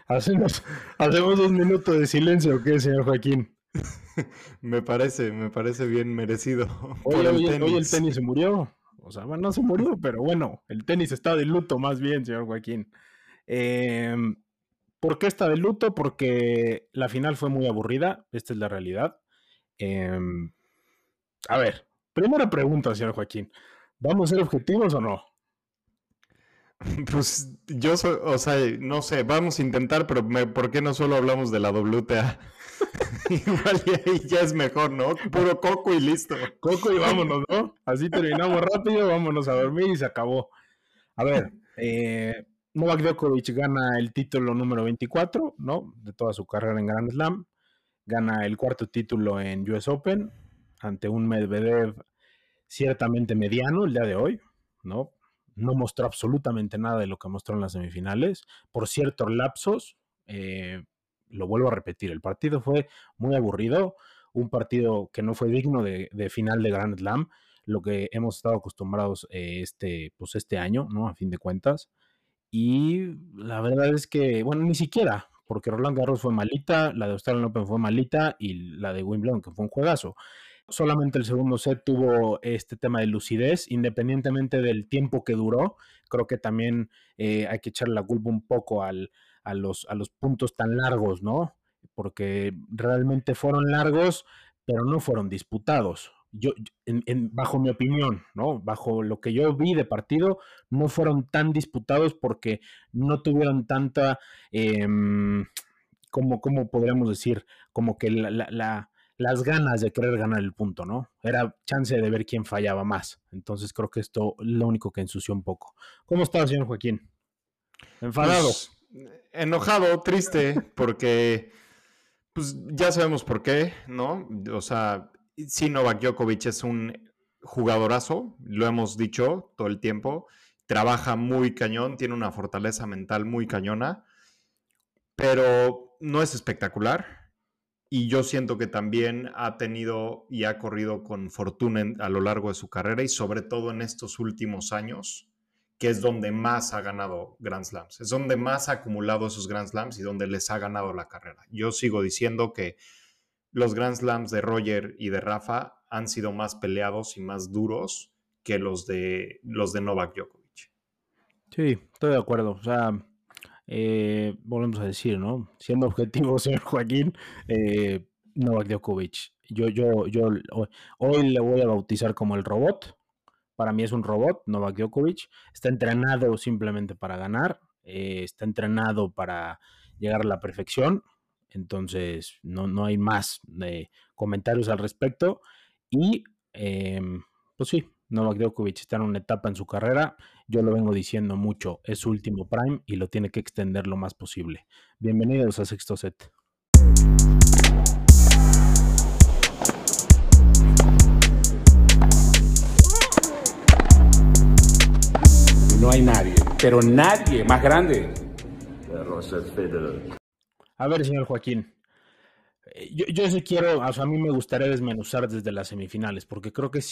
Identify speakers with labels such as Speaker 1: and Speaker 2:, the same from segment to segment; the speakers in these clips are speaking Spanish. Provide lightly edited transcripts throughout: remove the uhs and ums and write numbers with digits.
Speaker 1: Hacemos, hacemos 2 minutos de silencio, ¿o qué, señor Joaquín?
Speaker 2: Me parece bien merecido por
Speaker 1: Oye,
Speaker 2: el
Speaker 1: hoy el
Speaker 2: tenis.
Speaker 1: tenis se murió. O sea, bueno, no se murió, pero bueno, el tenis está de luto más bien, señor Joaquín. Eh, ¿Por qué está de luto? Porque la final fue muy aburrida, esta es la realidad. Eh, a ver, primera pregunta, señor Joaquín. ¿Vamos a ser objetivos o no?
Speaker 2: Pues yo soy, o sea, no sé, vamos a intentar, pero ¿por qué no solo hablamos de la WTA? Igual y ahí ya es mejor, ¿no? Puro coco y listo.
Speaker 1: Coco y vámonos, ¿no? Así terminamos rápido, vámonos a dormir y se acabó. A ver, Novak Djokovic gana el título número 24, ¿no? De toda su carrera en Grand Slam. Gana el cuarto título en US Open ante un Medvedev ciertamente mediano el día de hoy, ¿no? No mostró absolutamente nada de lo que mostró en las semifinales. Por ciertos lapsos, lo vuelvo a repetir, el partido fue muy aburrido, un partido que no fue digno de final de Grand Slam, lo que hemos estado acostumbrados pues este año, ¿no? A fin de cuentas. Y la verdad es que, bueno, ni siquiera, porque Roland Garros fue malita, la de Australian Open fue malita y la de Wimbledon, que fue un juegazo. Solamente el segundo set tuvo este tema de lucidez, independientemente del tiempo que duró. Creo que también hay que echarle la culpa un poco a los puntos tan largos, ¿no? Porque realmente fueron largos, pero no fueron disputados. Bajo mi opinión, ¿no? Bajo lo que yo vi de partido, no fueron tan disputados porque no tuvieron tanta, eh, ¿cómo podríamos decir? Como que las ganas de querer ganar el punto, ¿no? Era chance de ver quién fallaba más. Entonces creo que esto es lo único que ensució un poco. ¿Cómo está, señor Joaquín? Enfadado.
Speaker 2: Pues enojado, triste, porque pues ya sabemos por qué, ¿no? O sea, sí, Novak Djokovic es un jugadorazo, lo hemos dicho todo el tiempo, trabaja muy cañón, tiene una fortaleza mental muy cañona, pero no es espectacular. Y yo siento que también ha tenido y ha corrido con fortuna a lo largo de su carrera y sobre todo en estos últimos años, que es donde más ha ganado Grand Slams. Es donde más ha acumulado esos Grand Slams y donde les ha ganado la carrera. Yo sigo diciendo que los Grand Slams de Roger y de Rafa han sido más peleados y más duros que los de Novak Djokovic.
Speaker 1: Sí, estoy de acuerdo. O sea, volvemos a decir, ¿no? Siendo objetivo, señor Joaquín, Novak Djokovic. Yo hoy le voy a bautizar como el robot. Para mí es un robot, Novak Djokovic. Está entrenado simplemente para ganar. Está entrenado para llegar a la perfección. Entonces, no hay más comentarios al respecto. Y, pues sí, Novak Djokovic está en una etapa en su carrera. Yo lo vengo diciendo mucho, es su último prime y lo tiene que extender lo más posible. Bienvenidos a Sexto Set.
Speaker 3: No hay nadie, pero nadie más grande.
Speaker 4: Roger Federer.
Speaker 1: A ver, señor Joaquín, yo sí quiero, o sea, a mí me gustaría desmenuzar desde las semifinales, porque creo que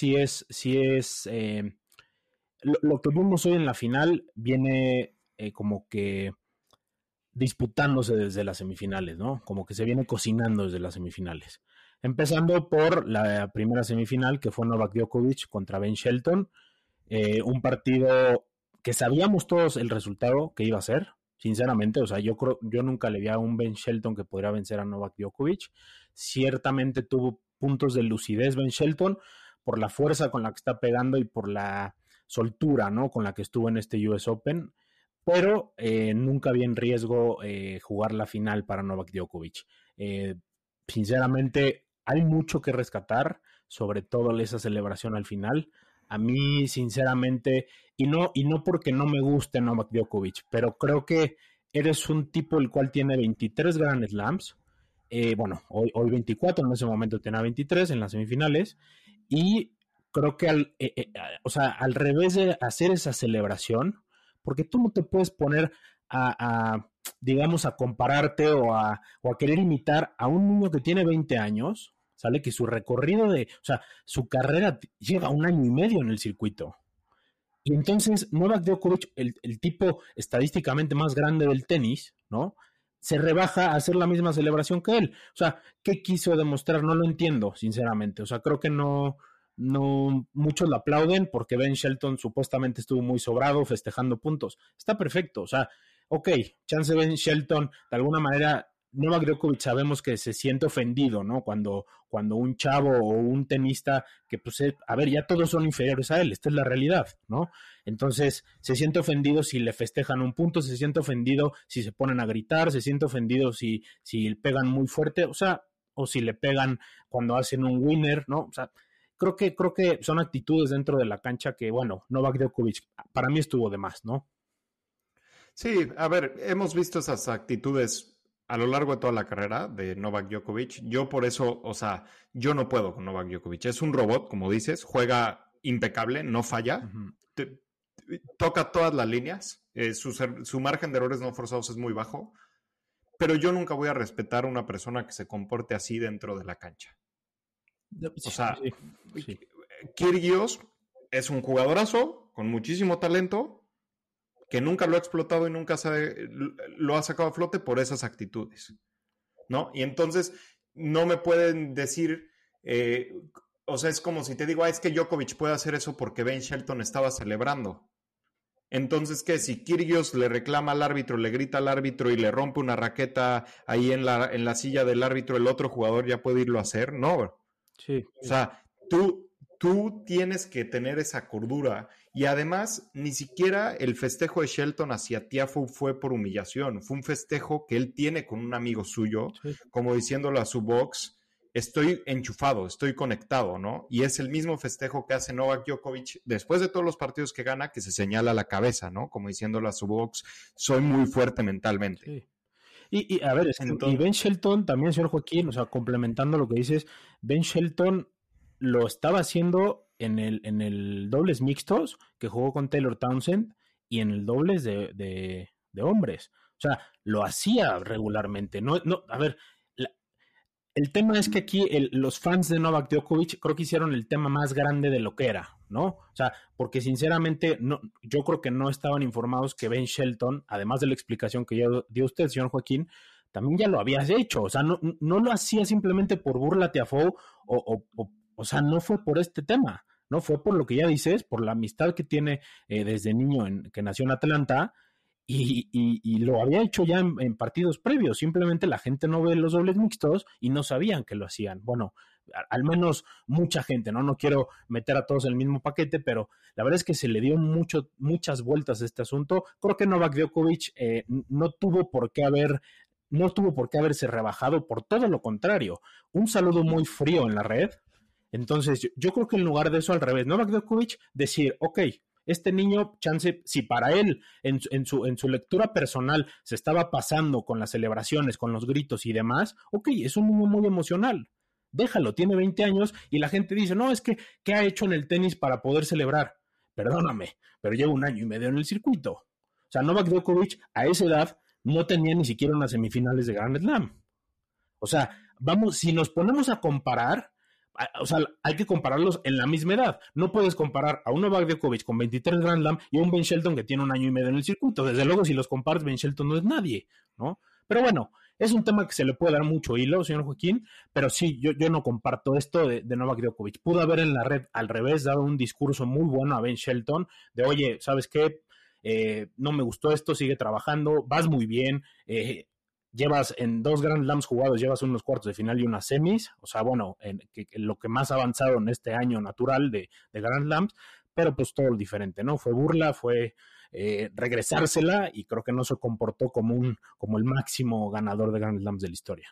Speaker 1: lo que vimos hoy en la final viene como que disputándose desde las semifinales, ¿no? Como que se viene cocinando desde las semifinales. Empezando por la primera semifinal, que fue Novak Djokovic contra Ben Shelton, un partido que sabíamos todos el resultado que iba a ser, sinceramente, o sea, yo nunca le vi a un Ben Shelton que podría vencer a Novak Djokovic. Ciertamente tuvo puntos de lucidez Ben Shelton por la fuerza con la que está pegando y por la soltura, ¿no? Con la que estuvo en este US Open, pero nunca vi en riesgo jugar la final para Novak Djokovic. Sinceramente, hay mucho que rescatar, sobre todo esa celebración al final. A mí, sinceramente, y no porque no me guste Novak Djokovic, pero creo que eres un tipo el cual tiene 23 Grand Slams. Bueno, hoy 24, en ese momento tenía 23 en las semifinales. Y creo que o sea, al revés de hacer esa celebración, porque tú no te puedes poner digamos, a compararte o a querer imitar a un niño que tiene 20 años, ¿sale? Que su recorrido o sea, su carrera lleva 1 año y medio en el circuito. Y entonces Novak Djokovic, el tipo estadísticamente más grande del tenis, ¿no? se rebaja a hacer la misma celebración que él. O sea, ¿qué quiso demostrar? No lo entiendo, sinceramente. O sea, creo que no muchos lo aplauden porque Ben Shelton supuestamente estuvo muy sobrado festejando puntos. Está perfecto, o sea, ok, chance Ben Shelton de alguna manera, Novak Djokovic sabemos que se siente ofendido, ¿no? Cuando un chavo o un tenista que pues, a ver, ya todos son inferiores a él, esta es la realidad, ¿no? Entonces, se siente ofendido si le festejan un punto, se siente ofendido si se ponen a gritar, se siente ofendido si pegan muy fuerte, o sea, o si le pegan cuando hacen un winner, ¿no? O sea, creo que son actitudes dentro de la cancha que, bueno, Novak Djokovic para mí estuvo de más, ¿no?
Speaker 2: Sí, a ver, hemos visto esas actitudes a lo largo de toda la carrera de Novak Djokovic. Yo por eso, o sea, yo no puedo con Novak Djokovic. Es un robot, como dices, juega impecable, no falla, toca todas las líneas, su margen de errores no forzados es muy bajo, pero yo nunca voy a respetar a una persona que se comporte así dentro de la cancha. O sea, sí. Kyrgios es un jugadorazo con muchísimo talento que nunca lo ha explotado y nunca lo ha sacado a flote por esas actitudes, ¿no? Y entonces no me pueden decir, o sea, es como si te digo, es que Djokovic puede hacer eso porque Ben Shelton estaba celebrando. Entonces, ¿qué? Si Kyrgios le reclama al árbitro, le grita al árbitro y le rompe una raqueta ahí en la silla del árbitro, ¿el otro jugador ya puede irlo a hacer? No.
Speaker 1: Sí.
Speaker 2: O sea, tú tienes que tener esa cordura. Y además, ni siquiera el festejo de Shelton hacia Tiafoe fue por humillación. Fue un festejo que él tiene con un amigo suyo, como diciéndole a su box, estoy enchufado, estoy conectado, ¿no? Y es el mismo festejo que hace Novak Djokovic después de todos los partidos que gana, que se señala la cabeza, ¿no? Como diciéndole a su box, soy muy fuerte mentalmente.
Speaker 1: Sí. Y a ver, y Ben Shelton también, señor Joaquín, o sea, complementando lo que dices, Ben Shelton lo estaba haciendo en el dobles mixtos que jugó con Taylor Townsend y en el dobles de hombres. O sea, lo hacía regularmente. No, a ver, el tema es que aquí los fans de Novak Djokovic creo que hicieron el tema más grande de lo que era, ¿no? O sea, porque sinceramente yo creo que no estaban informados que Ben Shelton, además de la explicación que ya dio usted, señor Joaquín, también ya lo habías hecho. O sea, no lo hacía simplemente por burla a Tiafoe o sea, no fue por este tema, no fue por lo que ya dices, por la amistad que tiene desde niño que nació en Atlanta. Y lo había hecho ya en partidos previos, simplemente la gente no ve los dobles mixtos y no sabían que lo hacían. Bueno, al menos mucha gente, ¿no? No quiero meter a todos en el mismo paquete, pero la verdad es que se le dio muchas vueltas a este asunto. Creo que Novak Djokovic no tuvo por qué haberse rebajado, por todo lo contrario. Un saludo muy frío en la red. Entonces, yo creo que en lugar de eso, al revés, Novak Djokovic decir, ok, este niño, chance, si para él, en su lectura personal, se estaba pasando con las celebraciones, con los gritos y demás, ok, es un niño muy emocional. Déjalo, tiene 20 años y la gente dice, no, es que, ¿qué ha hecho en el tenis para poder celebrar? Perdóname, pero lleva 1 año y medio en el circuito. O sea, Novak Djokovic a esa edad no tenía ni siquiera unas semifinales de Grand Slam. O sea, vamos, si nos ponemos a comparar, o sea, hay que compararlos en la misma edad. No puedes comparar a un Novak Djokovic con 23 Grand Slam y a un Ben Shelton que tiene 1 año y medio en el circuito. Desde luego, si los comparas, Ben Shelton no es nadie, ¿no? Pero bueno, es un tema que se le puede dar mucho hilo, señor Joaquín, pero sí, yo no comparto esto de Novak Djokovic. Pudo haber en la red, al revés, dado un discurso muy bueno a Ben Shelton de, oye, ¿sabes qué? No me gustó esto, sigue trabajando, vas muy bien, llevas en 2 Grand Slams jugados, llevas unos cuartos de final y unas semis, o sea, bueno, lo que más ha avanzado en este año natural de Grand Slams, pero pues todo diferente, ¿no? Fue burla, fue regresársela y creo que no se comportó como el máximo ganador de Grand Slams de la historia.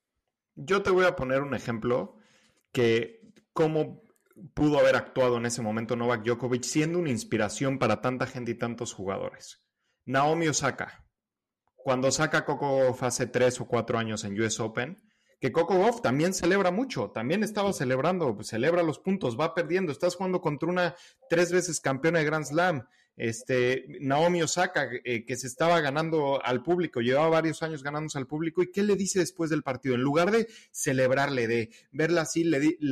Speaker 2: Yo te voy a poner un ejemplo que cómo pudo haber actuado en ese momento Novak Djokovic siendo una inspiración para tanta gente y tantos jugadores. Naomi Osaka. Cuando saca Coco Gauff hace 3 o 4 años en US Open, que Coco Gauff también celebra mucho, también estaba celebrando, pues, celebra los puntos, va perdiendo, estás jugando contra una 3 veces campeona de Grand Slam, Naomi Osaka, que se estaba ganando al público, llevaba varios años ganándose al público, ¿y qué le dice después del partido? En lugar de celebrarle, de verla así,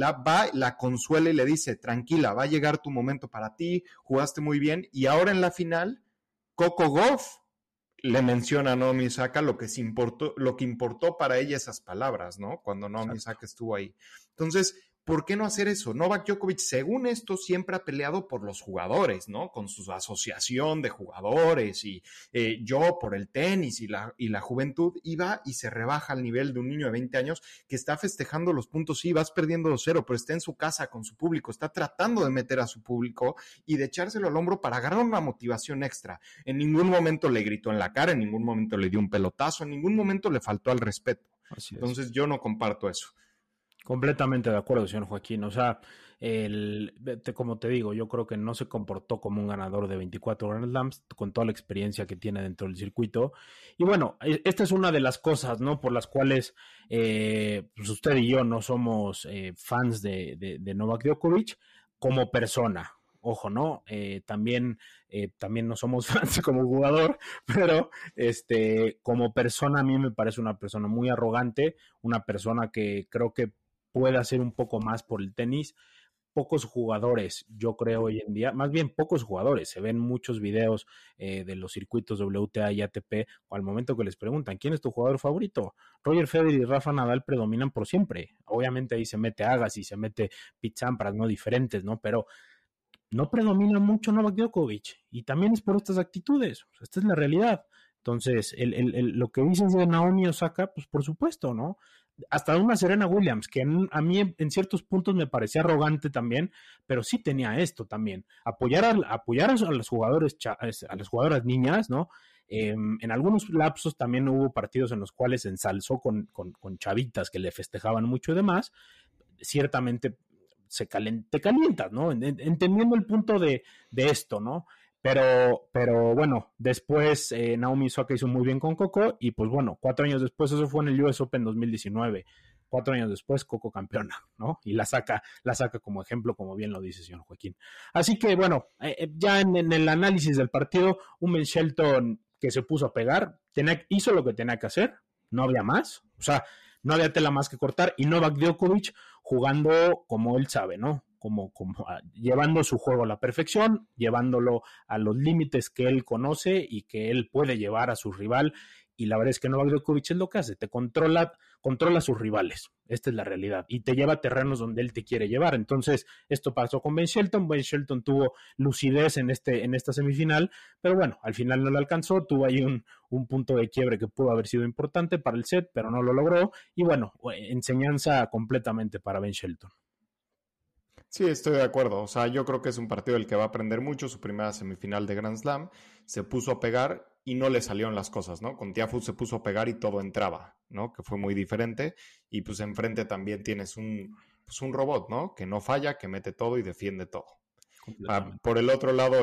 Speaker 2: la consuela y le dice, tranquila, va a llegar tu momento para ti, jugaste muy bien, y ahora en la final, Coco Gauff le menciona a Naomi Osaka lo que importó para ella esas palabras, ¿no? Cuando Naomi Osaka estuvo ahí. Entonces, ¿por qué no hacer eso? Novak Djokovic, según esto, siempre ha peleado por los jugadores, ¿no? Con su asociación de jugadores y yo por el tenis y la juventud, iba y se rebaja al nivel de un niño de 20 años que está festejando los puntos, sí, vas perdiendo 2-0, pero está en su casa con su público, está tratando de meter a su público y de echárselo al hombro para agarrar una motivación extra. En ningún momento le gritó en la cara, en ningún momento le dio un pelotazo, en ningún momento le faltó al respeto. Entonces yo no comparto eso.
Speaker 1: Completamente de acuerdo, señor Joaquín. O sea, como te digo, yo creo que no se comportó como un ganador de 24 Grand Slams con toda la experiencia que tiene dentro del circuito. Y bueno, esta es una de las cosas, ¿no? Por las cuales pues usted y yo no somos fans de Novak Djokovic como persona. Ojo, ¿no? También no somos fans como jugador, pero como persona a mí me parece una persona muy arrogante, una persona que creo que puede hacer un poco más por el tenis. Pocos jugadores, yo creo hoy en día, más bien pocos jugadores, se ven muchos videos de los circuitos WTA y ATP, o al momento que les preguntan, ¿quién es tu jugador favorito? Roger Federer y Rafa Nadal predominan por siempre. Obviamente ahí se mete Agassi, se mete Pete Sampras, ¿no? Diferentes, ¿no? Pero no predomina mucho Novak Djokovic, y también es por estas actitudes. O sea, esta es la realidad. Entonces, lo que dices de Naomi Osaka, pues por supuesto, ¿no? Hasta una Serena Williams, que a mí en ciertos puntos me parecía arrogante también, pero sí tenía esto también, apoyar a los jugadores, a las jugadoras niñas, ¿no? En algunos lapsos también hubo partidos en los cuales se ensalzó con chavitas que le festejaban mucho y demás. Ciertamente te calientas, ¿no? Entendiendo el punto de esto, ¿no? Pero bueno, después Naomi Osaka hizo muy bien con Coco y pues bueno, 4 años después, eso fue en el US Open 2019, 4 años después Coco campeona, ¿no? Y la saca como ejemplo, como bien lo dice señor Joaquín. Así que bueno, ya en el análisis del partido, un Ben Shelton que se puso a pegar, hizo lo que tenía que hacer, no había más, o sea, no había tela más que cortar, y Novak Djokovic jugando como él sabe, ¿no? Como llevando su juego a la perfección, llevándolo a los límites que él conoce y que él puede llevar a su rival. Y la verdad es que Novak Djokovic es lo que hace, te controla a sus rivales. Esta es la realidad. Y te lleva a terrenos donde él te quiere llevar. Entonces, esto pasó con Ben Shelton. Ben Shelton tuvo lucidez en esta semifinal, pero bueno, al final no le alcanzó. Tuvo ahí un punto de quiebre que pudo haber sido importante para el set, pero no lo logró. Y bueno, enseñanza completamente para Ben Shelton.
Speaker 2: Sí, estoy de acuerdo. O sea, yo creo que es un partido del que va a aprender mucho. Su primera semifinal de Grand Slam se puso a pegar y no le salieron las cosas, ¿no? Con Tiafoe se puso a pegar y todo entraba, ¿no? Que fue muy diferente. Y pues enfrente también tienes un robot, ¿no? Que no falla, que mete todo y defiende todo. Por el otro lado,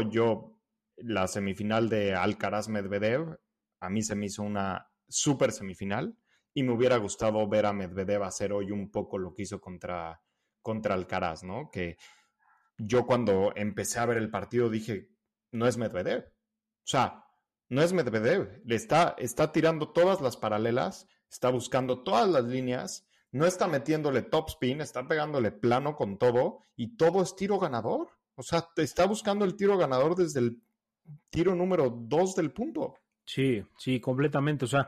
Speaker 2: la semifinal de Alcaraz-Medvedev, a mí se me hizo una súper semifinal y me hubiera gustado ver a Medvedev hacer hoy un poco lo que hizo contra Alcaraz, ¿no? Que yo cuando empecé a ver el partido dije, no es Medvedev. O sea, no es Medvedev. Le está tirando todas las paralelas, está buscando todas las líneas, no está metiéndole topspin, está pegándole plano con todo y todo es tiro ganador. O sea, está buscando el tiro ganador desde el tiro número 2 del punto.
Speaker 1: Sí, completamente. O sea,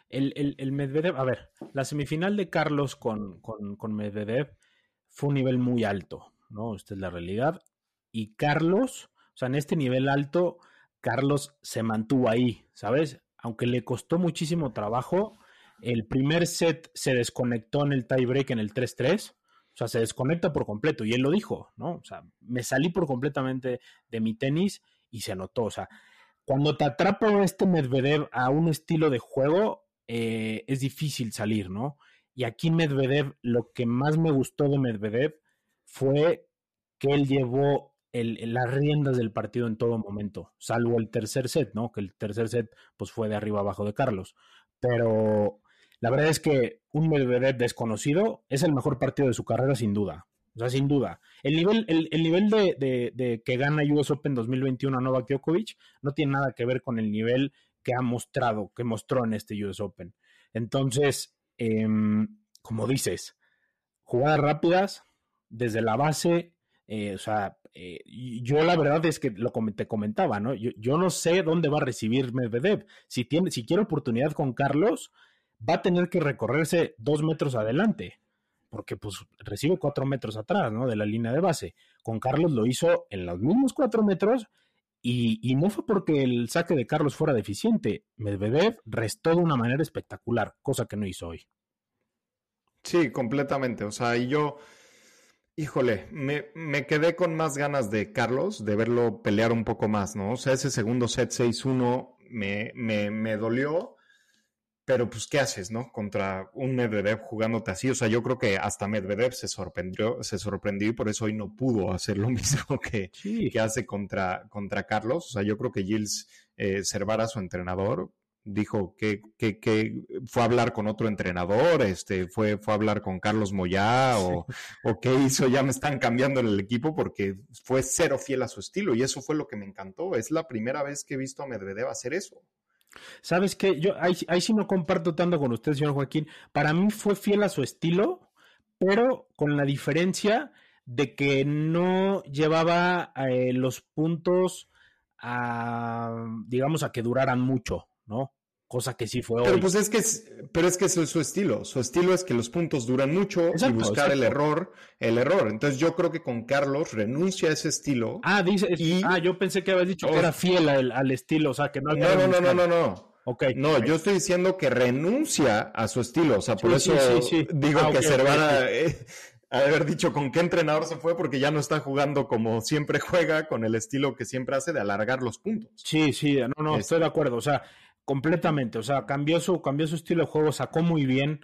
Speaker 1: el Medvedev, a ver, la semifinal de Carlos con Medvedev fue un nivel muy alto, ¿no? Esta es la realidad. Y Carlos, o sea, en este nivel alto, Carlos se mantuvo ahí, ¿sabes? Aunque le costó muchísimo trabajo, el primer set se desconectó en el tiebreak en el 3-3, o sea, se desconecta por completo, y él lo dijo, ¿no? O sea, me salí por completamente de mi tenis y se notó, o sea, cuando te atrapa este Medvedev a un estilo de juego, es difícil salir, ¿no? Y aquí Medvedev, lo que más me gustó de Medvedev fue que él llevó las riendas del partido en todo momento, salvo el tercer set, ¿no? Que el tercer set pues fue de arriba abajo de Carlos. Pero la verdad es que un Medvedev desconocido es el mejor partido de su carrera sin duda. O sea, sin duda. El nivel de que gana US Open 2021 a Novak Djokovic no tiene nada que ver con el nivel que mostró en este US Open. Entonces, como dices, jugadas rápidas desde la base, o sea, yo la verdad es que te comentaba, ¿no? Yo no sé dónde va a recibir Medvedev. Si quiere oportunidad con Carlos, va a tener que recorrerse 2 metros adelante, porque pues recibe 4 metros atrás, ¿no? De la línea de base. Con Carlos lo hizo en los mismos 4 metros y no fue porque el saque de Carlos fuera deficiente. Medvedev restó de una manera espectacular, cosa que no hizo hoy.
Speaker 2: Sí, completamente. O sea, y yo, híjole, me quedé con más ganas de Carlos, de verlo pelear un poco más, ¿no? O sea, ese segundo set 6-1 me dolió, pero pues, ¿qué haces, no? Contra un Medvedev jugándote así. O sea, yo creo que hasta Medvedev se sorprendió y por eso hoy no pudo hacer lo mismo que hace contra Carlos. O sea, yo creo que Gilles Servara, su entrenador, dijo que fue a hablar con otro entrenador, fue a hablar con Carlos Moyá o qué hizo, ya me están cambiando en el equipo porque fue cero fiel a su estilo y eso fue lo que me encantó. Es la primera vez que he visto a Medvedev hacer eso.
Speaker 1: ¿Sabes qué? Yo ahí sí no comparto tanto con usted, señor Joaquín. Para mí fue fiel a su estilo, pero con la diferencia de que no llevaba los puntos digamos, a que duraran mucho, ¿no? Cosa que sí fue
Speaker 2: pero
Speaker 1: hoy.
Speaker 2: Pues es que eso es su estilo. Su estilo es que los puntos duran mucho y buscar el error. Entonces yo creo que con Carlos renuncia a ese estilo.
Speaker 1: Yo pensé que habías dicho que era fiel al estilo, o sea, que no había...
Speaker 2: No. Okay. No, yo estoy diciendo que renuncia a su estilo. O sea, por eso digo que Servara ha de haber dicho con qué entrenador se fue porque ya no está jugando como siempre juega, con el estilo que siempre hace de alargar los puntos.
Speaker 1: Sí, estoy de acuerdo. O sea, completamente, o sea, cambió su estilo de juego, sacó muy bien,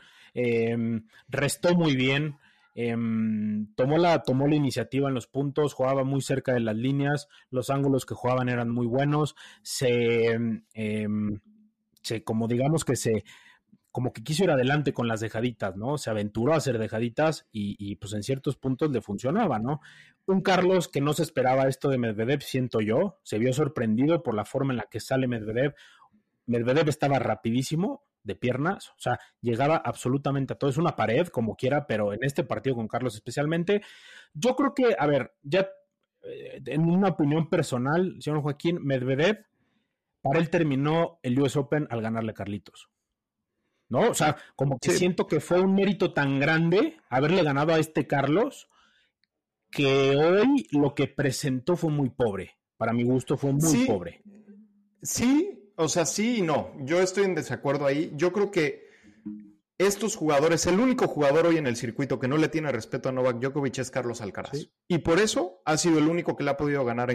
Speaker 1: restó muy bien, tomó la iniciativa en los puntos, jugaba muy cerca de las líneas, los ángulos que jugaban eran muy buenos, como que quiso ir adelante con las dejaditas, ¿no? Se aventuró a hacer dejaditas y pues en ciertos puntos le funcionaba, ¿no? Un Carlos que no se esperaba esto de Medvedev, siento yo, se vio sorprendido por la forma en la que sale Medvedev. Medvedev estaba rapidísimo de piernas, o sea, llegaba absolutamente a todo, es una pared como quiera, pero en este partido con Carlos especialmente, yo creo que, a ver, ya en una opinión personal, señor Joaquín, Medvedev, para él terminó el US Open al ganarle a Carlitos, ¿no? O sea, como que siento que fue un mérito tan grande haberle ganado a este Carlos, que hoy lo que presentó fue muy pobre, para mi gusto fue muy pobre.
Speaker 2: Sí, o sea, sí y no. Yo estoy en desacuerdo ahí. Yo creo que estos jugadores, el único jugador hoy en el circuito que no le tiene respeto a Novak Djokovic es Carlos Alcaraz. Sí. Y por eso ha sido el único que le ha podido ganar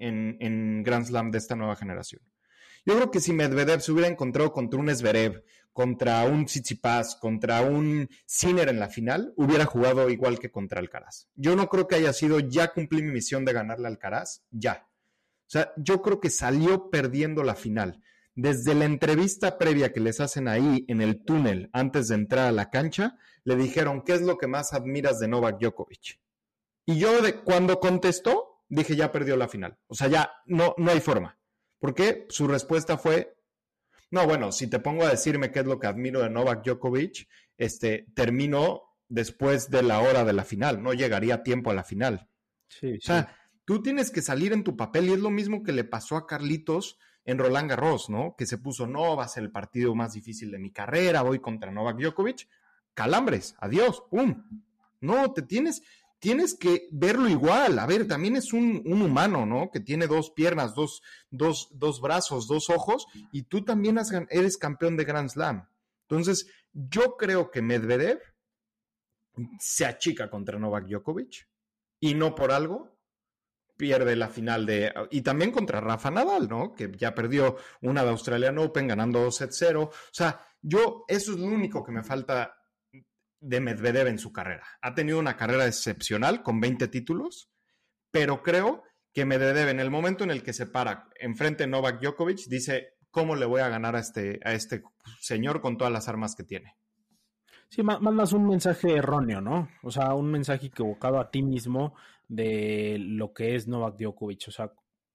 Speaker 2: en Grand Slam de esta nueva generación. Yo creo que si Medvedev se hubiera encontrado contra un Zverev, contra un Tsitsipas, contra un Sinner en la final, hubiera jugado igual que contra Alcaraz. Yo no creo que haya sido, ya cumplí mi misión de ganarle a Alcaraz, ya. O sea, yo creo que salió perdiendo la final. Desde la entrevista previa que les hacen ahí en el túnel antes de entrar a la cancha, le dijeron, ¿qué es lo que más admiras de Novak Djokovic? Y yo cuando contestó, dije, ya perdió la final. O sea, ya no hay forma. ¿Por qué? Su respuesta fue, no, bueno, si te pongo a decirme qué es lo que admiro de Novak Djokovic, termino después de la hora de la final, no llegaría a tiempo a la final.
Speaker 1: Sí.
Speaker 2: O sea, tú tienes que salir en tu papel y es lo mismo que le pasó a Carlitos en Roland Garros, ¿no? Que se puso, no, va a ser el partido más difícil de mi carrera, voy contra Novak Djokovic, calambres, adiós, ¡pum! No, tienes que verlo igual. A ver, también es un humano, ¿no? Que tiene 2 piernas, dos brazos, 2 ojos, y tú también eres campeón de Grand Slam. Entonces, yo creo que Medvedev se achica contra Novak Djokovic, y no por algo pierde la final y también contra Rafa Nadal, ¿no? Que ya perdió una de Australian Open ganando 2-0. O sea, eso es lo único que me falta de Medvedev en su carrera. Ha tenido una carrera excepcional con 20 títulos, pero creo que Medvedev en el momento en el que se para enfrente de Novak Djokovic dice, ¿cómo le voy a ganar a este señor con todas las armas que tiene?
Speaker 1: Sí, mandas un mensaje erróneo, ¿no? O sea, un mensaje equivocado a ti mismo de lo que es Novak Djokovic. O sea,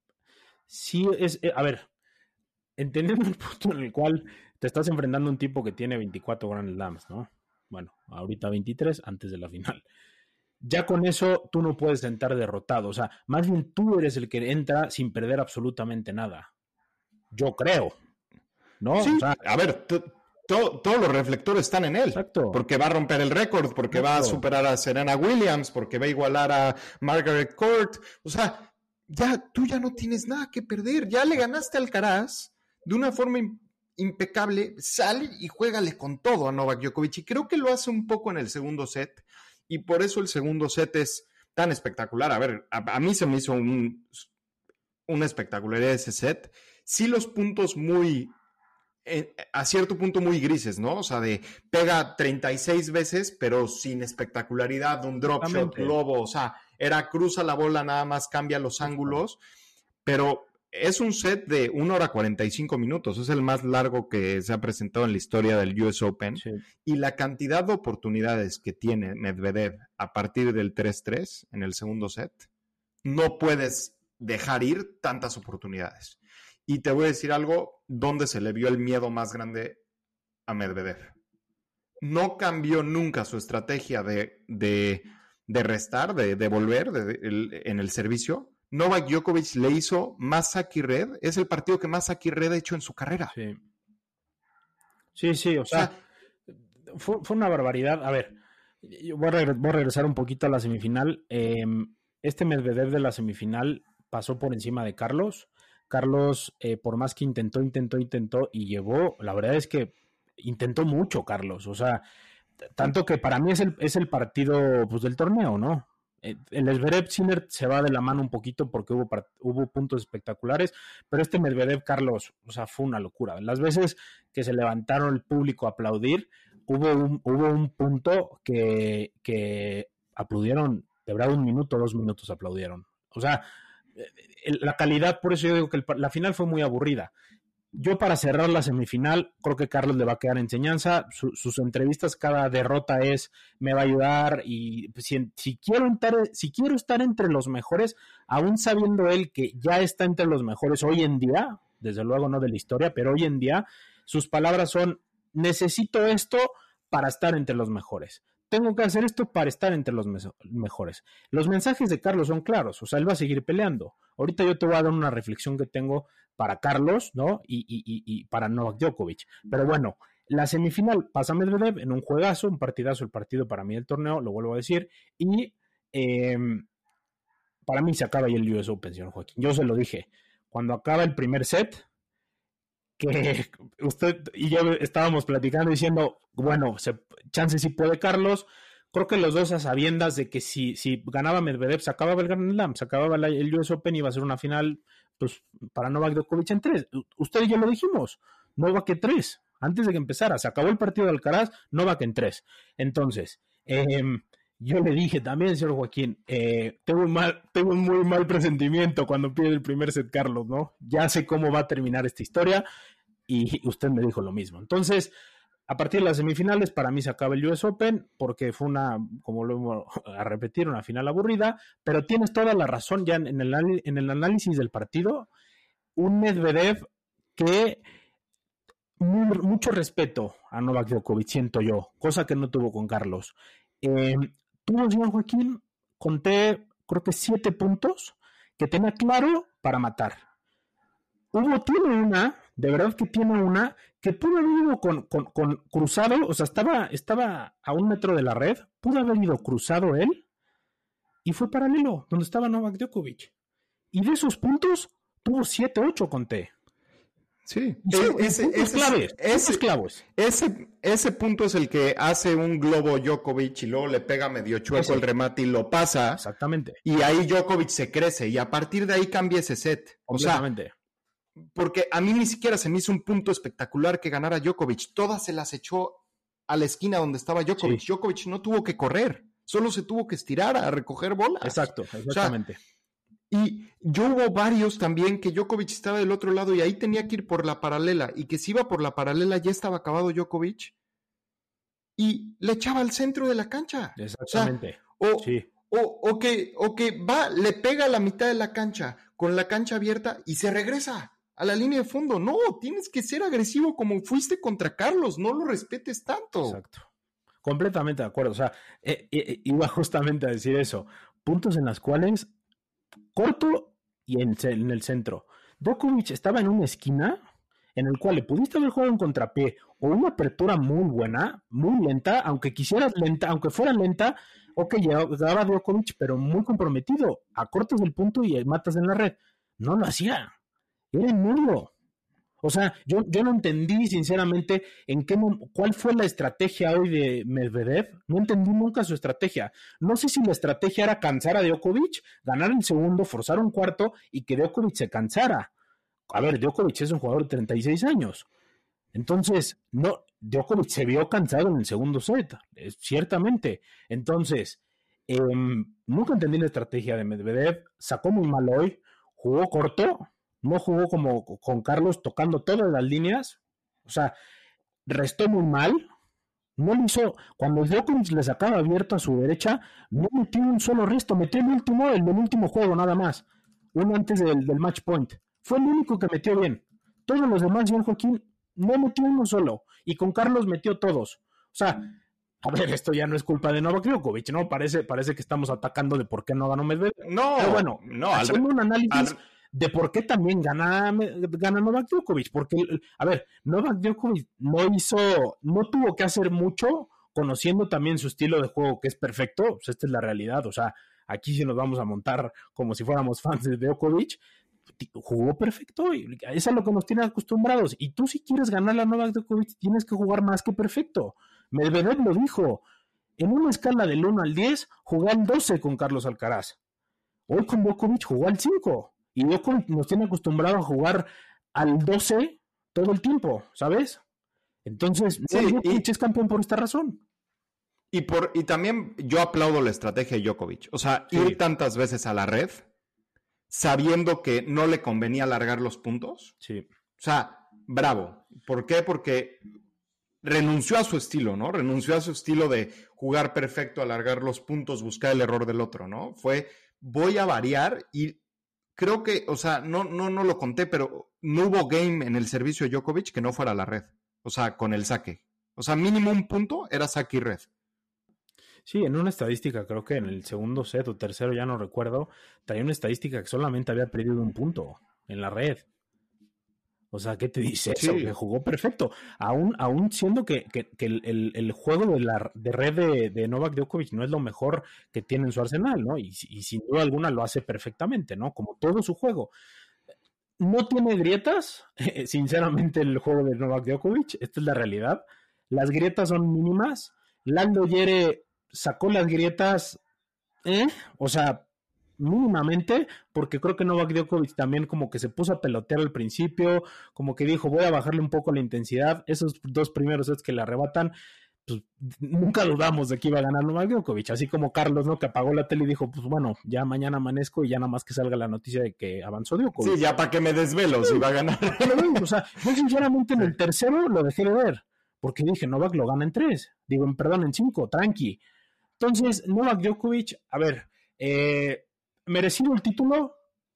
Speaker 1: sí es... a ver, entendiendo el punto en el cual te estás enfrentando a un tipo que tiene 24 Grand Slams, ¿no? Bueno, ahorita 23, antes de la final. ya con eso tú no puedes entrar derrotado. O sea, más bien tú eres el que entra sin perder absolutamente nada. Yo creo, ¿no?
Speaker 2: Sí,
Speaker 1: o sea,
Speaker 2: a ver, todos los reflectores están en él.
Speaker 1: Exacto.
Speaker 2: Porque va a romper el récord, porque va a superar a Serena Williams, porque va a igualar a Margaret Court. O sea, tú ya no tienes nada que perder. Ya le ganaste a Alcaraz de una forma impecable. Sale y juégale con todo a Novak Djokovic. Y creo que lo hace un poco en el segundo set. Y por eso el segundo set es tan espectacular. A ver, a mí se me hizo una espectacularidad ese set. Sí, los puntos a cierto punto muy grises, ¿no? O sea, pega 36 veces, pero sin espectacularidad, un drop shot, globo, o sea, cruza la bola, nada más cambia los ángulos, pero es un set de 1 hora 45 minutos, es el más largo que se ha presentado en la historia del US Open,
Speaker 1: sí.
Speaker 2: Y la cantidad de oportunidades que tiene Medvedev a partir del 3-3 en el segundo set, no puedes dejar ir tantas oportunidades. Y te voy a decir algo, donde se le vio el miedo más grande a Medvedev. No cambió nunca su estrategia de restar, de volver en el servicio. Novak Djokovic le hizo más saque y red. Es el partido que más saque y red ha hecho en su carrera.
Speaker 1: Sí, o sea, fue una barbaridad. A ver, voy a regresar un poquito a la semifinal. Este Medvedev de la semifinal pasó por encima de Carlos. Carlos, por más que intentó y llevó, la verdad es que intentó mucho Carlos, o sea, tanto que para mí es el partido pues, del torneo, ¿no? El Zverev-Sinner se va de la mano un poquito porque hubo puntos espectaculares, pero este Medvedev-Carlos, o sea, fue una locura. Las veces que se levantaron el público a aplaudir, hubo un punto que aplaudieron, de verdad 1 minuto, 2 minutos aplaudieron, o sea, la calidad, por eso yo digo que la final fue muy aburrida. Yo para cerrar la semifinal, creo que Carlos le va a quedar enseñanza. Sus entrevistas, cada derrota me va a ayudar y si quiero estar entre los mejores, aún sabiendo él que ya está entre los mejores hoy en día, desde luego no de la historia, pero hoy en día, sus palabras son, necesito esto para estar entre los mejores. Tengo que hacer esto para estar entre los mejores. Los mensajes de Carlos son claros, o sea, él va a seguir peleando. Ahorita yo te voy a dar una reflexión que tengo para Carlos, ¿no? Y para Novak Djokovic. Pero bueno, la semifinal pasa Medvedev en un juegazo, un partidazo, el partido para mí del torneo, lo vuelvo a decir, y para mí se acaba ahí el US Open, señor Joaquín. Yo se lo dije, cuando acaba el primer set, que usted y yo estábamos platicando diciendo, bueno, chance sí puede Carlos. Creo que los dos a sabiendas de que si ganaba Medvedev, se acababa el Grand Slam, se acababa el US Open y iba a ser una final pues para Novak Djokovic en 3. Usted y yo lo dijimos, Novak en 3, antes de que empezara, se acabó el partido de Alcaraz, Novak en 3. Entonces, yo le dije también, señor Joaquín, tengo un muy mal presentimiento cuando pierde el primer set Carlos, ¿no? Ya sé cómo va a terminar esta historia y usted me dijo lo mismo. Entonces, a partir de las semifinales, para mí se acaba el US Open porque fue como lo vamos a repetir, una final aburrida, pero tienes toda la razón ya en el análisis del partido. Un Medvedev que mucho respeto a Novak Djokovic, siento yo, cosa que no tuvo con Carlos. Tuvo, señor Joaquín, conté creo que 7 puntos que tenía claro para matar. Tiene una, de verdad que tiene una, que pudo haber ido con cruzado, o sea, estaba a 1 metro de la red, pudo haber ido cruzado él, y fue paralelo, donde estaba Novak Djokovic. Y de esos puntos, tuvo 7, 8 conté.
Speaker 2: Sí, ese punto es el que hace un globo Djokovic y luego le pega medio chueco el remate y lo pasa.
Speaker 1: Exactamente.
Speaker 2: Y ahí Djokovic se crece y a partir de ahí cambia ese set. O sea, porque a mí ni siquiera se me hizo un punto espectacular que ganara Djokovic. Todas se las echó a la esquina donde estaba Djokovic. Sí. Djokovic no tuvo que correr, solo se tuvo que estirar a recoger bolas.
Speaker 1: Exacto, exactamente.
Speaker 2: O sea, y yo hubo varios también que Djokovic estaba del otro lado y ahí tenía que ir por la paralela y que si iba por la paralela ya estaba acabado Djokovic y le echaba al centro de la cancha.
Speaker 1: Exactamente.
Speaker 2: O que va, le pega a la mitad de la cancha con la cancha abierta y se regresa a la línea de fondo. No, tienes que ser agresivo como fuiste contra Carlos, no lo respetes tanto.
Speaker 1: Exacto. completamente de acuerdo. O sea, iba justamente a decir eso. Puntos en las cuales corto y en el centro. Djokovic estaba en una esquina en el cual le pudiste haber jugado un contrapié o una apertura muy buena, muy lenta, aunque quisieras lenta, aunque fuera lenta, ok, llegaba Djokovic, pero muy comprometido, acortas el punto y matas en la red. No lo hacía, era nulo. O sea, yo no entendí sinceramente cuál fue la estrategia hoy de Medvedev. No entendí nunca su estrategia. No sé si la estrategia era cansar a Djokovic, ganar el segundo, forzar un cuarto y que Djokovic se cansara. A ver, Djokovic es un jugador de 36 años. Entonces, no, Djokovic se vio cansado en el segundo set, ciertamente. Entonces, nunca entendí la estrategia de Medvedev. Sacó muy mal hoy, jugó corto. No jugó como con Carlos tocando todas las líneas, o sea, restó muy mal, no lo hizo, cuando Djokovic le sacaba abierto a su derecha, no metió un solo resto, metió el del último juego nada más, uno antes del match point, fue el único que metió bien, todos los demás, señor Joaquín, no metió uno solo, y con Carlos metió todos, o sea, a ver, esto ya no es culpa de Novak Djokovic, ¿no? Parece que estamos atacando de por qué no ganó Medvedev.
Speaker 2: No,
Speaker 1: pero bueno,
Speaker 2: no,
Speaker 1: haciendo un análisis de por qué también gana Novak Djokovic, porque, a ver, Novak Djokovic no tuvo que hacer mucho, conociendo también su estilo de juego, que es perfecto, pues esta es la realidad, o sea, aquí sí nos vamos a montar como si fuéramos fans de Djokovic, jugó perfecto, y es a lo que nos tiene acostumbrados, y tú si quieres ganar a Novak Djokovic, tienes que jugar más que perfecto. Medvedev lo dijo, en una escala del 1 al 10, jugó al 12 con Carlos Alcaraz, hoy con Djokovic jugó al 5, y Djokovic nos tiene acostumbrado a jugar al 12 todo el tiempo, ¿sabes? Entonces, sí, Djokovic es campeón por esta razón.
Speaker 2: Y también yo aplaudo la estrategia de Djokovic. O sea, ir tantas veces a la red, sabiendo que no le convenía alargar los puntos.
Speaker 1: Sí.
Speaker 2: O sea, bravo. ¿Por qué? Porque renunció a su estilo, ¿no? Renunció a su estilo de jugar perfecto, alargar los puntos, buscar el error del otro, ¿no? Voy a variar y creo que, o sea, no lo conté, pero no hubo game en el servicio de Djokovic que no fuera a la red. O sea, con el saque. O sea, mínimo un punto era saque y red.
Speaker 1: Sí, en una estadística, creo que en el segundo set o tercero, ya no recuerdo, traía una estadística que solamente había perdido un punto en la red. O sea, ¿qué te dice eso? Que jugó perfecto. Aún siendo que el juego de red de Novak Djokovic no es lo mejor que tiene en su arsenal, ¿no? Y sin duda alguna lo hace perfectamente, ¿no? Como todo su juego. No tiene grietas, sinceramente, el juego de Novak Djokovic. Esta es la realidad. Las grietas son mínimas. Lando Yere sacó las grietas, o sea, mínimamente, porque creo que Novak Djokovic también como que se puso a pelotear al principio, como que dijo, voy a bajarle un poco la intensidad. Esos dos primeros sets que le arrebatan, pues nunca dudamos de que iba a ganar Novak Djokovic, así como Carlos, ¿no? Que apagó la tele y dijo, pues bueno, ya mañana amanezco y ya nada más que salga la noticia de que avanzó Djokovic.
Speaker 2: Sí, ya para que me desvelo si va a ganar.
Speaker 1: O sea, yo sinceramente en el tercero lo dejé de ver, porque dije, Novak lo gana en 3, en 5, tranqui. Entonces, Novak Djokovic, a ver, ¿merecido el título?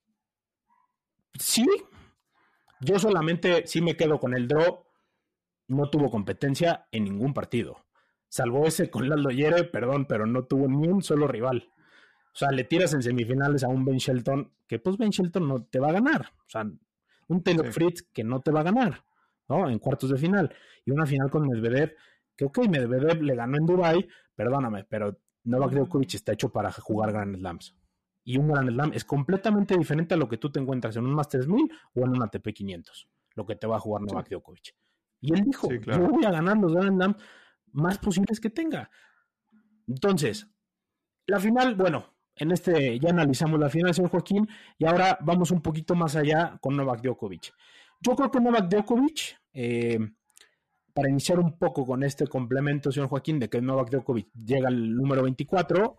Speaker 1: Sí. Yo solamente sí me quedo con el draw. No tuvo competencia en ningún partido. Salvo ese con Lando Yere, perdón, pero no tuvo ni un solo rival. O sea, le tiras en semifinales a un Ben Shelton, que pues Ben Shelton no te va a ganar. O sea, un Taylor Fritz que no te va a ganar, ¿no? En cuartos de final. Y una final con Medvedev, que ok, Medvedev le ganó en Dubái, perdóname, pero Novak Djokovic está hecho para jugar Grand Slams. Y un Grand Slam es completamente diferente a lo que tú te encuentras en un Masters 1000 o en un ATP 500, lo que te va a jugar Novak Djokovic. Y él dijo, yo voy a ganar los Grand Slam más posibles que tenga. Entonces, la final, bueno, ya analizamos la final, señor Joaquín, y ahora vamos un poquito más allá con Novak Djokovic. Yo creo que Novak Djokovic, para iniciar un poco con este complemento, señor Joaquín, de que Novak Djokovic llega al número 24,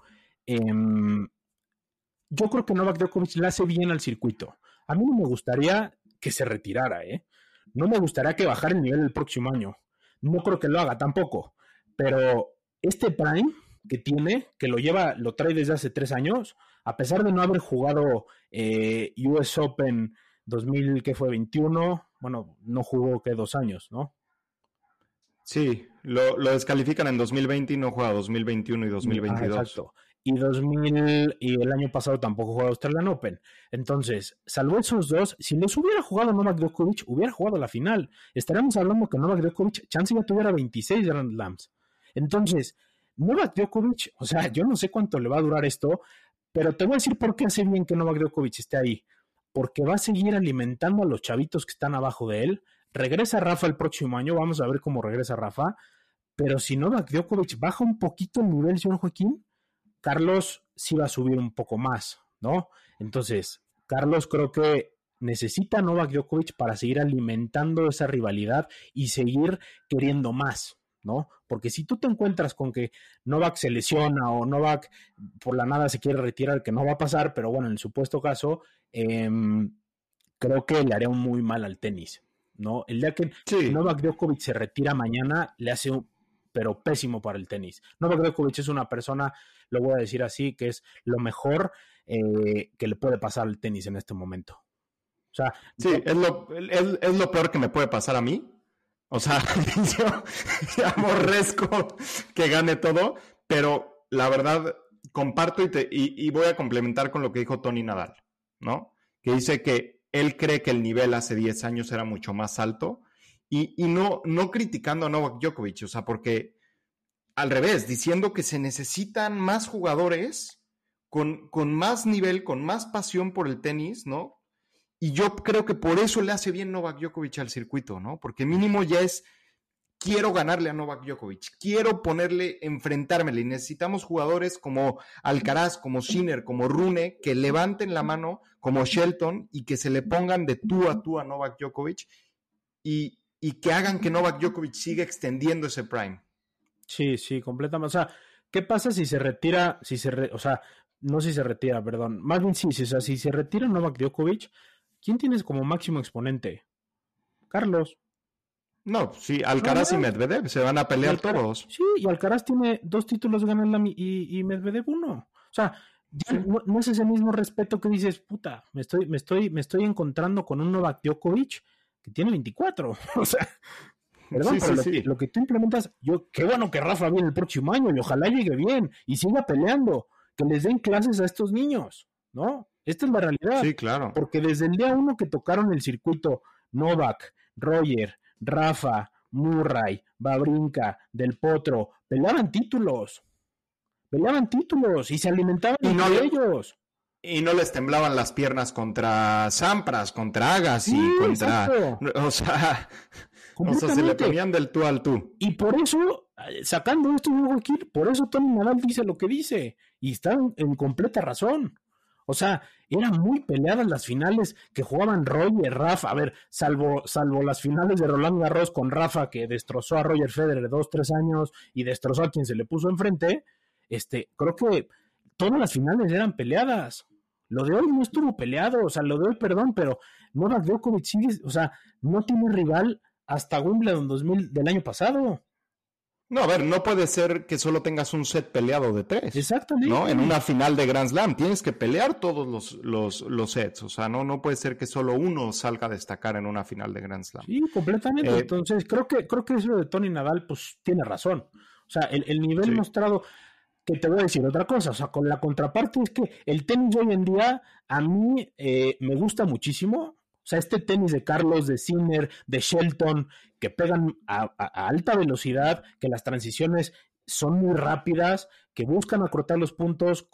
Speaker 1: yo creo que Novak Djokovic le hace bien al circuito. A mí no me gustaría que se retirara, No me gustaría que bajara el nivel el próximo año. No creo que lo haga tampoco. Pero este prime que tiene, que lo trae desde hace 3 años, a pesar de no haber jugado US Open 2000, ¿qué fue? 21, bueno, no jugó, ¿qué? 2 años, ¿no?
Speaker 2: Sí, lo descalifican en 2020 y no juega 2021 y 2022.
Speaker 1: Exacto. Y el año pasado tampoco jugó Australian Open. Entonces, salvo esos dos, si los hubiera jugado Novak Djokovic, hubiera jugado la final. Estaríamos hablando que Novak Djokovic, chance ya tuviera 26 Grand Slams. Entonces, Novak Djokovic, o sea, yo no sé cuánto le va a durar esto, pero te voy a decir por qué hace bien que Novak Djokovic esté ahí. Porque va a seguir alimentando a los chavitos que están abajo de él. Regresa Rafa el próximo año, vamos a ver cómo regresa Rafa. Pero si Novak Djokovic baja un poquito el nivel, señor Joaquín, Carlos sí va a subir un poco más, ¿no? Entonces, Carlos creo que necesita a Novak Djokovic para seguir alimentando esa rivalidad y seguir queriendo más, ¿no? Porque si tú te encuentras con que Novak se lesiona o Novak por la nada se quiere retirar, que no va a pasar, pero bueno, en el supuesto caso, creo que le haría un muy mal al tenis, ¿no? El día que Novak Djokovic se retira mañana, le hace pero pésimo para el tenis. Novak Djokovic es una persona, lo voy a decir así, que es lo mejor que le puede pasar al tenis en este momento. O sea,
Speaker 2: sí, es lo peor que me puede pasar a mí. O sea, yo aborrezco que gane todo, pero la verdad comparto y voy a complementar con lo que dijo Tony Nadal, ¿no? Que dice que él cree que el nivel hace 10 años era mucho más alto y no criticando a Novak Djokovic, o sea, porque al revés, diciendo que se necesitan más jugadores con más nivel, con más pasión por el tenis, ¿no? Y yo creo que por eso le hace bien Novak Djokovic al circuito, ¿no? Porque mínimo ya es, quiero ganarle a Novak Djokovic, quiero enfrentármele, y necesitamos jugadores como Alcaraz, como Sinner, como Rune, que levanten la mano, como Shelton, y que se le pongan de tú a Novak Djokovic, y que hagan que Novak Djokovic siga extendiendo ese prime.
Speaker 1: Sí, completamente. O sea, ¿qué pasa si se retira, o sea, no si se retira, perdón, más bien sí, o sea, si se retira Novak Djokovic, ¿quién tienes como máximo exponente? Carlos.
Speaker 2: No, sí, Alcaraz y Medvedev se van a pelear todos.
Speaker 1: Sí, y Alcaraz tiene 2 títulos de Grand Slam y Medvedev 1. O sea, ya sí. no es ese mismo respeto que dices, puta, me estoy encontrando con un Novak Djokovic que tiene 24. O sea, perdón, pero lo que tú implementas, qué bueno que Rafa viene el próximo año y ojalá llegue bien y siga peleando, que les den clases a estos niños, ¿no? Esta es la realidad.
Speaker 2: Sí, claro.
Speaker 1: Porque desde el día 1 que tocaron el circuito, Novak, Roger, Rafa, Murray, Wawrinka, Del Potro, peleaban títulos y se alimentaban entre ellos.
Speaker 2: Y no les temblaban las piernas contra Sampras, contra Agassi, contra... Exacto. O sea, se le ponían del tú al tú.
Speaker 1: Y por eso, sacando esto, Joaquín, por eso Tony Nadal dice lo que dice. Y está en completa razón. O sea, eran muy peleadas las finales que jugaban Roger, Rafa. A ver, salvo las finales de Roland Garros con Rafa, que destrozó a Roger Federer 2-3 años y destrozó a quien se le puso enfrente. Creo que todas las finales eran peleadas. Lo de hoy no estuvo peleado, o sea, lo de hoy, perdón, pero Novak Djokovic sigue, o sea, no tiene rival hasta Wimbledon 2000 del año pasado.
Speaker 2: No, a ver, no puede ser que solo tengas un set peleado de 3.
Speaker 1: Exactamente.
Speaker 2: ¿No? En una final de Grand Slam tienes que pelear todos los sets. O sea, no puede ser que solo uno salga a destacar en una final de Grand Slam.
Speaker 1: Sí, completamente. Entonces, creo que eso de Tony Nadal, pues, tiene razón. O sea, el nivel mostrado, que te voy a decir otra cosa, o sea, con la contraparte es que el tenis hoy en día a mí me gusta muchísimo. O sea, este tenis de Carlos, de Sinner, de Shelton, que pegan a alta velocidad, que las transiciones son muy rápidas, que buscan acortar los puntos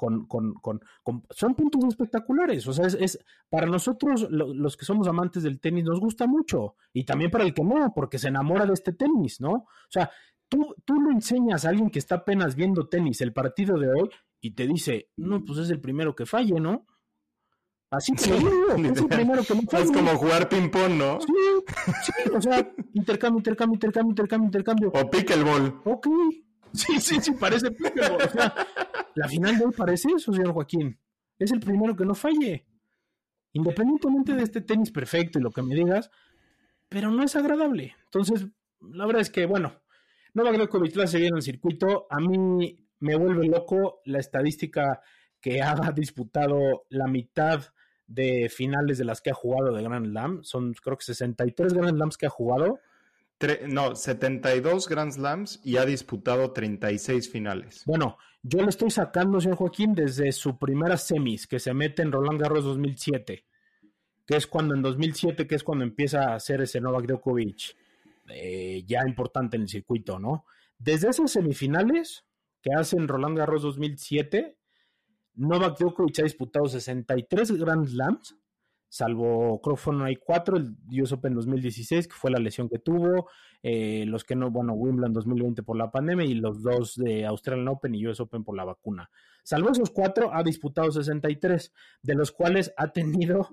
Speaker 1: son puntos espectaculares. O sea, es para nosotros, los que somos amantes del tenis, nos gusta mucho. Y también para el que no, porque se enamora de este tenis, ¿no? O sea, tú le enseñas a alguien que está apenas viendo tenis el partido de hoy y te dice, no, pues es el primero que falle, ¿no? Así te digo, es el primero que no falle.
Speaker 2: Es como jugar ping-pong, ¿no?
Speaker 1: Sí, o sea, intercambio.
Speaker 2: O pickleball.
Speaker 1: Ok. Sí, parece pickleball. O sea, la final de hoy parece eso, señor Joaquín. Es el primero que no falle. Independientemente de este tenis perfecto y lo que me digas, pero no es agradable. Entonces, la verdad es que, bueno, Novak Djokovic la seguía en el circuito. A mí me vuelve loco la estadística que ha disputado la mitad de finales de las que ha jugado de Grand Slam. Son, creo que 63 Grand Slams que ha jugado.
Speaker 2: No, 72 Grand Slams y ha disputado 36 finales.
Speaker 1: Bueno, yo le estoy sacando, señor Joaquín, desde su primera semis, que se mete en Roland Garros 2007, que es cuando en 2007, que es cuando empieza a hacer ese Novak Djokovic ya importante en el circuito, ¿no? Desde esas semifinales que hace en Roland Garros 2007, Novak Djokovic ha disputado 63 Grand Slams, salvo, creo que fueron ahí 4, el US Open 2016, que fue la lesión que tuvo, los que no, bueno, Wimbledon 2020 por la pandemia y los 2 de Australian Open y US Open por la vacuna. Salvo esos 4, ha disputado 63, de los cuales ha tenido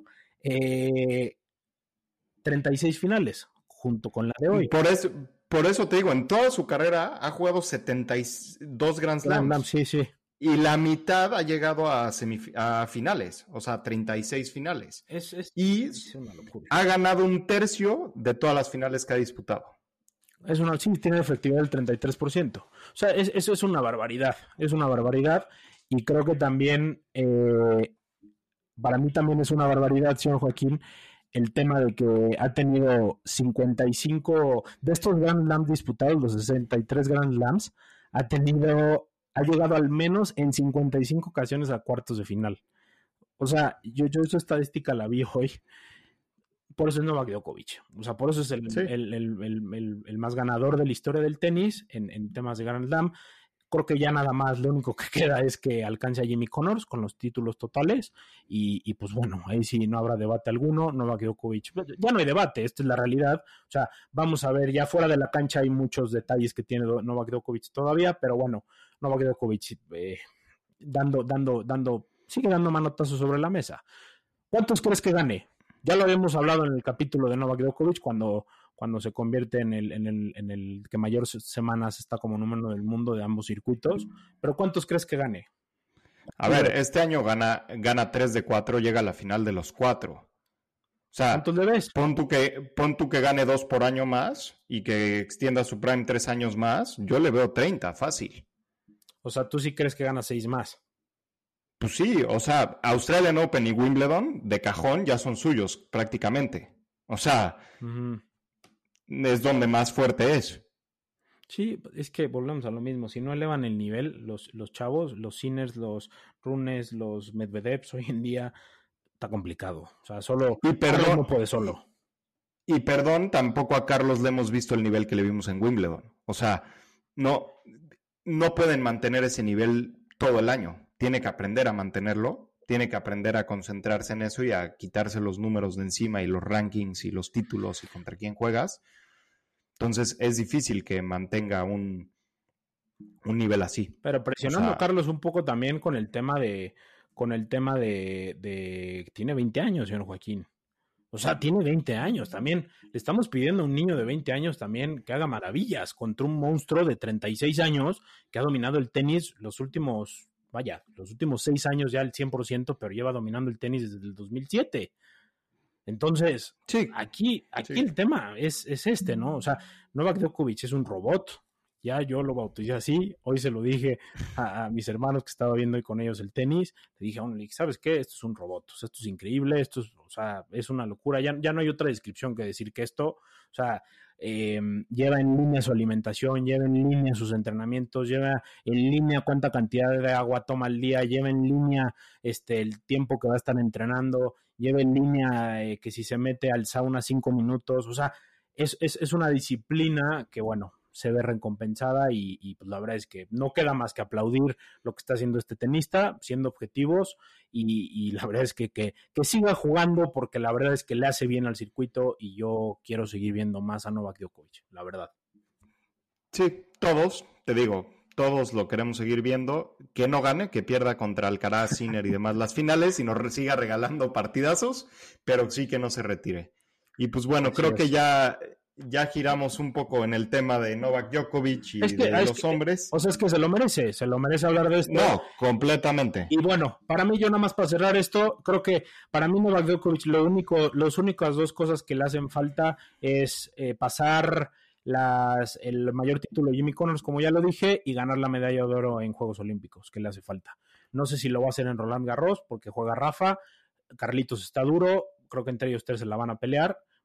Speaker 1: 36 finales, junto con la de hoy.
Speaker 2: Por eso te digo, en toda su carrera ha jugado 72 Grand Slams.
Speaker 1: Sí.
Speaker 2: Y la mitad ha llegado a finales, o sea, 36 finales. Es una locura. Ha ganado un tercio de todas las finales que ha disputado.
Speaker 1: Sí, tiene efectividad del 33%. O sea, eso es una barbaridad. Es una barbaridad. Y creo que también, para mí también es una barbaridad, señor Joaquín, el tema de que ha tenido 55 de estos Grand Slams disputados, los 63 Grand Slams, ha llegado al menos en 55 ocasiones a cuartos de final. O sea, yo esa estadística la vi hoy. Por eso es Novak Djokovic. O sea, por eso es el más ganador de la historia del tenis en temas de Grand Slam. Creo que ya nada más lo único que queda es que alcance a Jimmy Connors con los títulos totales y pues bueno, ahí sí no habrá debate alguno. Novak Djokovic, ya no hay debate, esta es la realidad. O sea, vamos a ver, ya fuera de la cancha hay muchos detalles que tiene Novak Djokovic todavía, pero bueno, Novak Djokovic sigue dando manotazos sobre la mesa. ¿Cuántos crees que gane? Ya lo habíamos hablado en el capítulo de Novak Djokovic cuando se convierte en el que mayor semanas está como número uno del mundo de ambos circuitos. Pero ¿cuántos crees que gane?
Speaker 2: A ver, este año gana 3 de 4, llega a la final de los 4. O sea,
Speaker 1: ¿cuántos le ves?
Speaker 2: Pon tú que gane 2 por año más y que extienda su prime 3 años más, yo le veo 30, fácil.
Speaker 1: O sea, ¿tú sí crees que gana 6 más?
Speaker 2: Pues sí, o sea, Australian Open y Wimbledon de cajón ya son suyos prácticamente. O sea, es donde más fuerte es.
Speaker 1: Sí, es que volvemos a lo mismo. Si no elevan el nivel, los chavos, los Sinners, los Runes, los Medvedevs, hoy en día está complicado. O sea, solo Carlos no puede solo.
Speaker 2: Y perdón, tampoco a Carlos le hemos visto el nivel que le vimos en Wimbledon. O sea, no pueden mantener ese nivel todo el año. Tiene que aprender a mantenerlo, tiene que aprender a concentrarse en eso y a quitarse los números de encima y los rankings y los títulos y contra quién juegas. Entonces es difícil que mantenga un nivel así.
Speaker 1: Pero presionando a Carlos un poco también con el tema de tiene 20 años, señor Joaquín. O sea, tiene 20 años también. Le estamos pidiendo a un niño de 20 años también que haga maravillas contra un monstruo de 36 años que ha dominado el tenis los últimos 6 años ya al 100%, pero lleva dominando el tenis desde el 2007. Entonces, sí, aquí el tema es este, ¿no? O sea, Novak Djokovic es un robot. Ya yo lo bauticé así. Hoy se lo dije a mis hermanos que estaba viendo hoy con ellos el tenis. Le dije, ¿sabes qué? Esto es un robot. O sea, esto es increíble. Es una locura. Ya no hay otra descripción que decir que esto, o sea, lleva en línea su alimentación, lleva en línea sus entrenamientos, lleva en línea cuánta cantidad de agua toma al día, lleva en línea el tiempo que va a estar entrenando, lleva en línea que si se mete al sauna 5 minutos, o sea, es una disciplina que, bueno, se ve recompensada y pues la verdad es que no queda más que aplaudir lo que está haciendo este tenista, siendo objetivos y la verdad es que siga jugando porque la verdad es que le hace bien al circuito y yo quiero seguir viendo más a Novak Djokovic, la verdad.
Speaker 2: Sí, todos lo queremos seguir viendo, que no gane, que pierda contra Alcaraz, Sinner y demás las finales y nos siga regalando partidazos, pero sí que no se retire. Y pues bueno, creo que ya giramos un poco en el tema de Novak Djokovic y de los hombres.
Speaker 1: O sea, es que se lo merece hablar de esto.
Speaker 2: No, completamente.
Speaker 1: Y bueno, para mí, yo nada más para cerrar esto, creo que para mí Novak Djokovic las únicas 2 cosas que le hacen falta es pasar el mayor título de Jimmy Connors, como ya lo dije, y ganar la medalla de oro en Juegos Olímpicos, que le hace falta. No sé si lo va a hacer en Roland Garros, porque juega Rafa, Carlitos está duro, creo que entre ellos 3 se la van a pelear.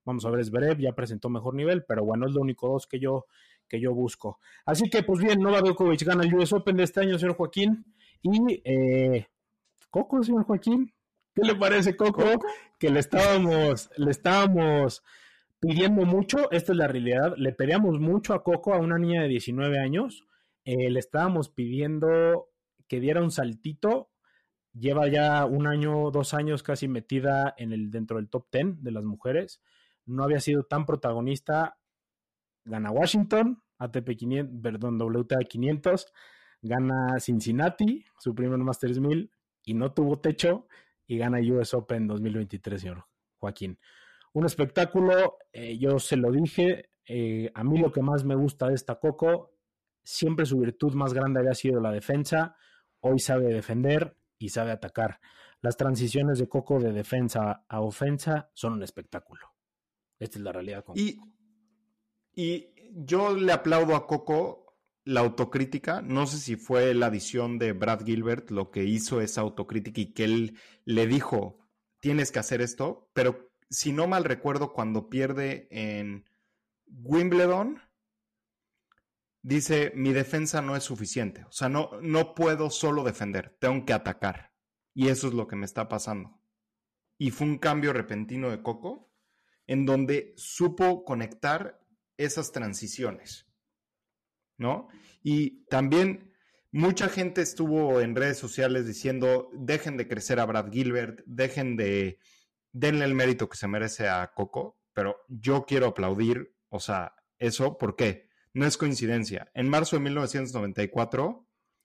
Speaker 1: Vamos a ver Zverev, ya presentó mejor nivel, pero bueno, es lo único 2 que yo busco. Así que, pues bien, Novak Djokovic gana el US Open de este año, señor Joaquín. Y Coco, señor Joaquín, ¿qué le parece, Coco? Que le estábamos pidiendo mucho, esta es la realidad, le pedíamos mucho a Coco, a una niña de 19 años, le estábamos pidiendo que diera un saltito, lleva ya 1 año, 2 años casi metida dentro del top 10 de las mujeres, no había sido tan protagonista, gana Washington, WTA 500, gana Cincinnati, su primer Masters 1000, y no tuvo techo, y gana US Open 2023, señor Joaquín. Un espectáculo, yo se lo dije, a mí lo que más me gusta de esta Coco, siempre su virtud más grande había sido la defensa, hoy sabe defender y sabe atacar. Las transiciones de Coco de defensa a ofensa son un espectáculo. Esta es la realidad.
Speaker 2: Y yo le aplaudo a Coco la autocrítica. No sé si fue la adición de Brad Gilbert lo que hizo esa autocrítica y que él le dijo, tienes que hacer esto, pero si no mal recuerdo, cuando pierde en Wimbledon, dice, mi defensa no es suficiente. O sea, no puedo solo defender, tengo que atacar. Y eso es lo que me está pasando. Y fue un cambio repentino de Coco, en donde supo conectar esas transiciones, ¿no? Y también mucha gente estuvo en redes sociales diciendo, dejen de crecer a Brad Gilbert, denle el mérito que se merece a Coco, pero yo quiero aplaudir, o sea, eso, ¿por qué? No es coincidencia. En marzo de 1994...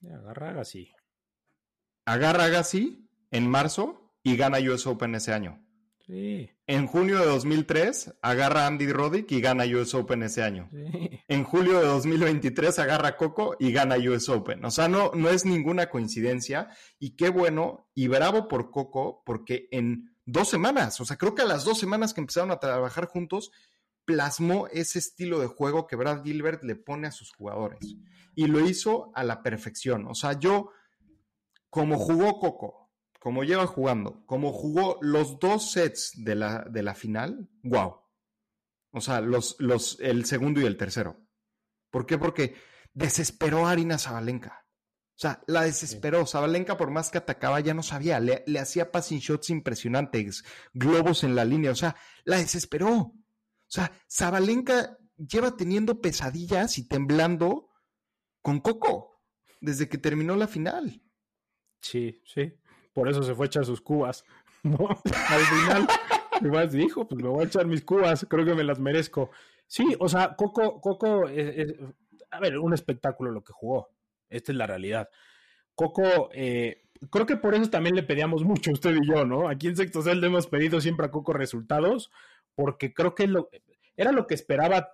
Speaker 2: Agarra Agassi en marzo y gana US Open ese año.
Speaker 1: Sí.
Speaker 2: En junio de 2003 agarra a Andy Roddick y gana US Open ese año.
Speaker 1: Sí.
Speaker 2: En julio de 2023 agarra a Coco y gana US Open. O sea, no es ninguna coincidencia. Y qué bueno y bravo por Coco, porque en 2 semanas, o sea, creo que a las 2 semanas que empezaron a trabajar juntos, plasmó ese estilo de juego que Brad Gilbert le pone a sus jugadores. Y lo hizo a la perfección. O sea, como jugó Coco, como lleva jugando, como jugó los 2 sets de la final, wow. O sea, el segundo y el tercero. ¿Por qué? Porque desesperó a Aryna Sabalenka. O sea, la desesperó. Sí. Sabalenka, por más que atacaba, ya no sabía. Le hacía passing shots impresionantes, globos en la línea. O sea, la desesperó. O sea, Sabalenka lleva teniendo pesadillas y temblando con Coco desde que terminó la final.
Speaker 1: Sí. Por eso se fue a echar sus cubas, ¿no? Al final, además dijo, pues me voy a echar mis cubas, creo que me las merezco. Sí, o sea, Coco a ver, un espectáculo lo que jugó. Esta es la realidad. Coco, creo que por eso también le pedíamos mucho, usted y yo, ¿no? Aquí en Sexto Cel le hemos pedido siempre a Coco resultados, porque creo que era lo que esperaba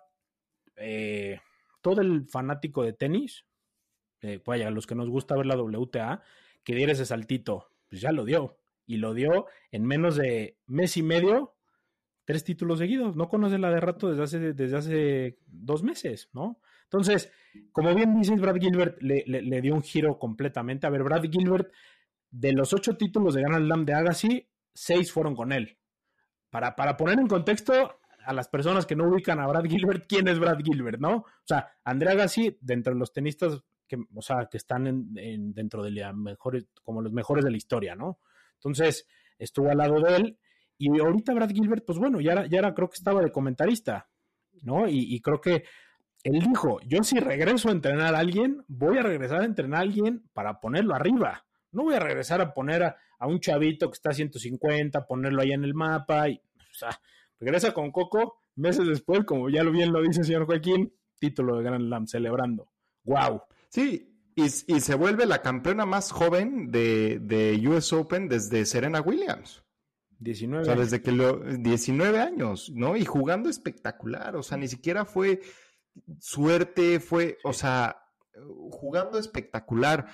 Speaker 1: todo el fanático de tenis, vaya, los que nos gusta ver la WTA, que diera ese saltito. Pues ya lo dio, y lo dio en menos de mes y medio, 3 títulos seguidos. No conoce la de rato desde hace 2 meses, ¿no? Entonces, como bien dices, Brad Gilbert le dio un giro completamente. A ver, Brad Gilbert, de los 8 títulos de Grand Slam de Agassi, 6 fueron con él. Para poner en contexto a las personas que no ubican a Brad Gilbert, ¿quién es Brad Gilbert, no? O sea, André Agassi, dentro de los tenistas que están dentro de la mejores, como los mejores de la historia, ¿no? Entonces, estuvo al lado de él, y ahorita Brad Gilbert, pues bueno, ya era creo que estaba de comentarista, ¿no? Y creo que él dijo, yo si regreso a entrenar a alguien, voy a regresar a entrenar a alguien para ponerlo arriba. No voy a regresar a poner a un chavito que está a 150, ponerlo ahí en el mapa, o sea, regresa con Coco, meses después, como ya bien lo dice el señor Joaquín, título de Grand Slam, celebrando. ¡Wow!
Speaker 2: Sí, y se vuelve la campeona más joven de US Open desde Serena Williams.
Speaker 1: 19
Speaker 2: o sea, desde que 19 años, ¿no? Y jugando espectacular, o sea, ni siquiera fue suerte, o sea, jugando espectacular.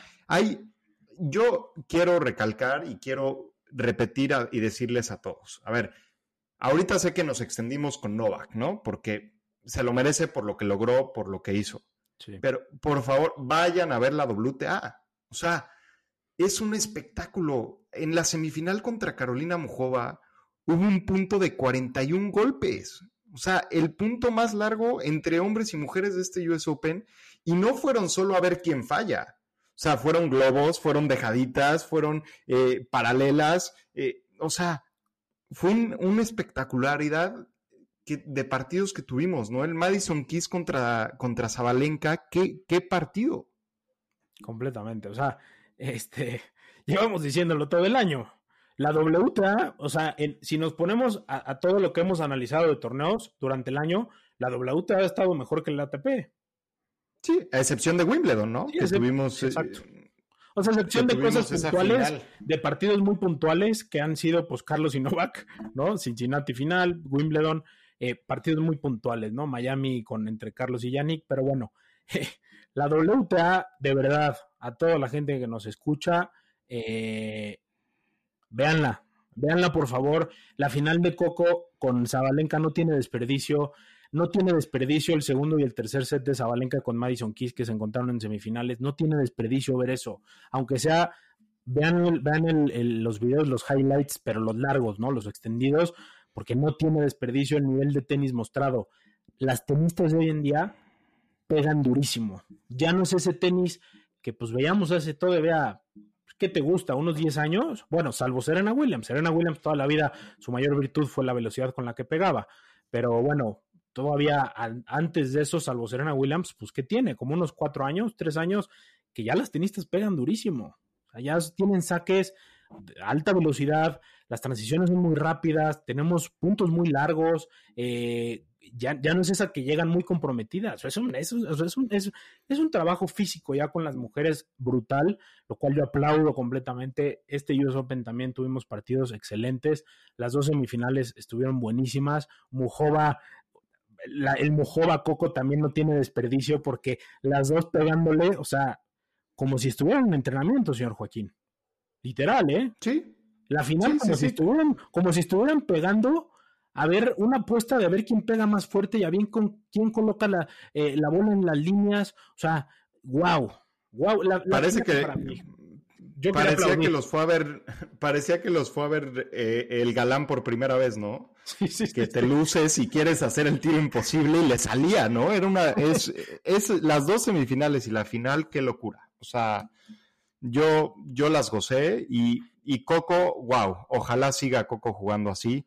Speaker 2: Yo quiero recalcar y quiero repetir y decirles a todos, a ver, ahorita sé que nos extendimos con Novak, ¿no? Porque se lo merece por lo que logró, por lo que hizo. Sí. Pero, por favor, vayan a ver la WTA. O sea, es un espectáculo. En la semifinal contra Carolina Muchova, hubo un punto de 41 golpes. O sea, el punto más largo entre hombres y mujeres de este US Open, y no fueron solo a ver quién falla. O sea, fueron globos, fueron dejaditas, fueron paralelas. O sea, fue una espectacularidad de partidos que tuvimos, ¿no? El Madison Keys contra Sabalenka, ¿qué partido?
Speaker 1: Completamente. O sea, llevamos diciéndolo todo el año. La WTA, o sea, si nos ponemos a todo lo que hemos analizado de torneos durante el año, la WTA ha estado mejor que el ATP.
Speaker 2: Sí, a excepción de Wimbledon, ¿no?
Speaker 1: Sí,
Speaker 2: que tuvimos...
Speaker 1: Exacto. O sea, a excepción de cosas puntuales, de partidos muy puntuales que han sido, pues, Carlos y Novak, ¿no? Cincinnati final, Wimbledon, partidos muy puntuales, ¿no? Miami entre Carlos y Yannick, pero bueno, la WTA, de verdad, a toda la gente que nos escucha, véanla por favor. La final de Coco con Sabalenka no tiene desperdicio. No tiene desperdicio el segundo y el tercer set de Sabalenka con Madison Keys, que se encontraron en semifinales. No tiene desperdicio ver eso. Aunque sea, vean los videos, los highlights, pero los largos, ¿no? Los extendidos, porque no tiene desperdicio el nivel de tenis mostrado. Las tenistas de hoy en día pegan durísimo. Ya no es ese tenis que pues veíamos hace todavía, ¿qué te gusta? ¿Unos 10 años? Bueno, salvo Serena Williams. Serena Williams toda la vida, su mayor virtud fue la velocidad con la que pegaba. Pero bueno, todavía antes de eso, salvo Serena Williams, pues ¿qué tiene? Como unos 4 años, 3 años, que ya las tenistas pegan durísimo. O sea, ya tienen saques de alta velocidad, las transiciones son muy rápidas, tenemos puntos muy largos, ya no es esa que llegan muy comprometidas. Es un trabajo físico ya con las mujeres brutal, lo cual yo aplaudo completamente. Este US Open también tuvimos partidos excelentes, las 2 semifinales estuvieron buenísimas. El Mojova Coco también no tiene desperdicio porque las dos pegándole, o sea, como si estuvieran en entrenamiento, señor Joaquín. Literal, ¿eh?
Speaker 2: Sí.
Speaker 1: La final
Speaker 2: sí,
Speaker 1: como si estuvieran pegando a ver una apuesta de a ver quién pega más fuerte y a ver quién coloca la bola en las líneas. O sea, wow.
Speaker 2: Parece que
Speaker 1: para mí.
Speaker 2: Parecía que los fue a ver el Galán por primera vez, ¿no?
Speaker 1: Sí,
Speaker 2: que te luces y quieres hacer el tiro imposible y le salía, ¿no? Es las 2 semifinales y la final, qué locura. O sea, yo las gocé y Coco, wow, ojalá siga Coco jugando así.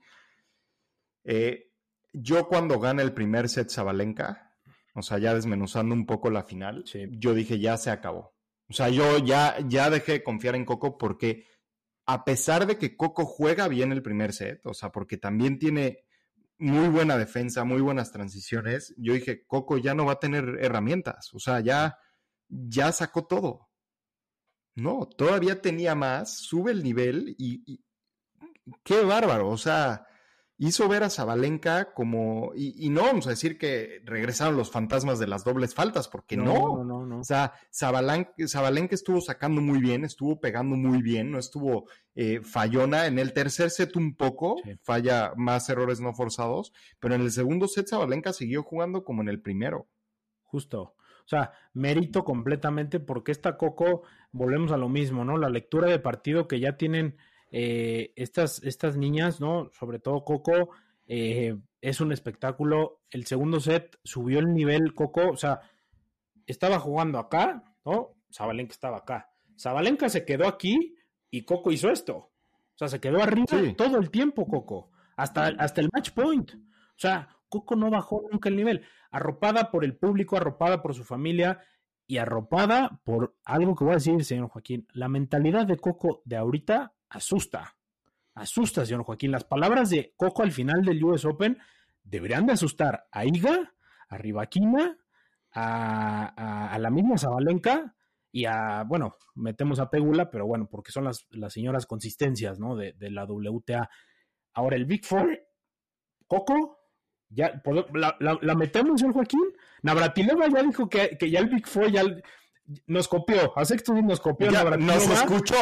Speaker 2: Yo cuando gana el primer set Sabalenka, o sea, ya desmenuzando un poco la final,
Speaker 1: sí,
Speaker 2: yo dije, ya se acabó. O sea, yo ya dejé de confiar en Coco porque a pesar de que Coco juega bien el primer set, o sea, porque también tiene muy buena defensa, muy buenas transiciones, yo dije, Coco ya no va a tener herramientas, o sea, ya sacó todo. No, todavía tenía más, sube el nivel y qué bárbaro, o sea, hizo ver a Sabalenka como, y no vamos a decir que regresaron los fantasmas de las dobles faltas, porque no. O sea, Sabalenka estuvo sacando muy bien, estuvo pegando muy bien, no estuvo fallona. En el tercer set un poco, sí, falla más errores no forzados, pero en el segundo set Sabalenka siguió jugando como en el primero.
Speaker 1: Justo. O sea, mérito completamente porque esta Coco, volvemos a lo mismo, ¿no? La lectura de partido que ya tienen estas niñas, ¿no? Sobre todo Coco, es un espectáculo. El segundo set subió el nivel Coco, o sea, estaba jugando acá, ¿no? Sabalenka estaba acá. Sabalenka se quedó aquí y Coco hizo esto. O sea, se quedó arriba todo el tiempo Coco, hasta el match point. O sea, Coco no bajó nunca el nivel. Arropada por el público, arropada por su familia y arropada por algo que voy a decir, señor Joaquín. La mentalidad de Coco de ahorita asusta, señor Joaquín. Las palabras de Coco al final del US Open deberían de asustar a Iga, a Rybakina, a la misma Sabalenka y bueno, metemos a Pegula, pero bueno, porque son las señoras consistencias, ¿no? de la WTA. Ahora el Big Four, Coco, ya la metemos, señor Joaquín. Navratilova ya dijo que ya el Big Four ya nos copió, a Sexto nos copió.
Speaker 2: Nos escuchó.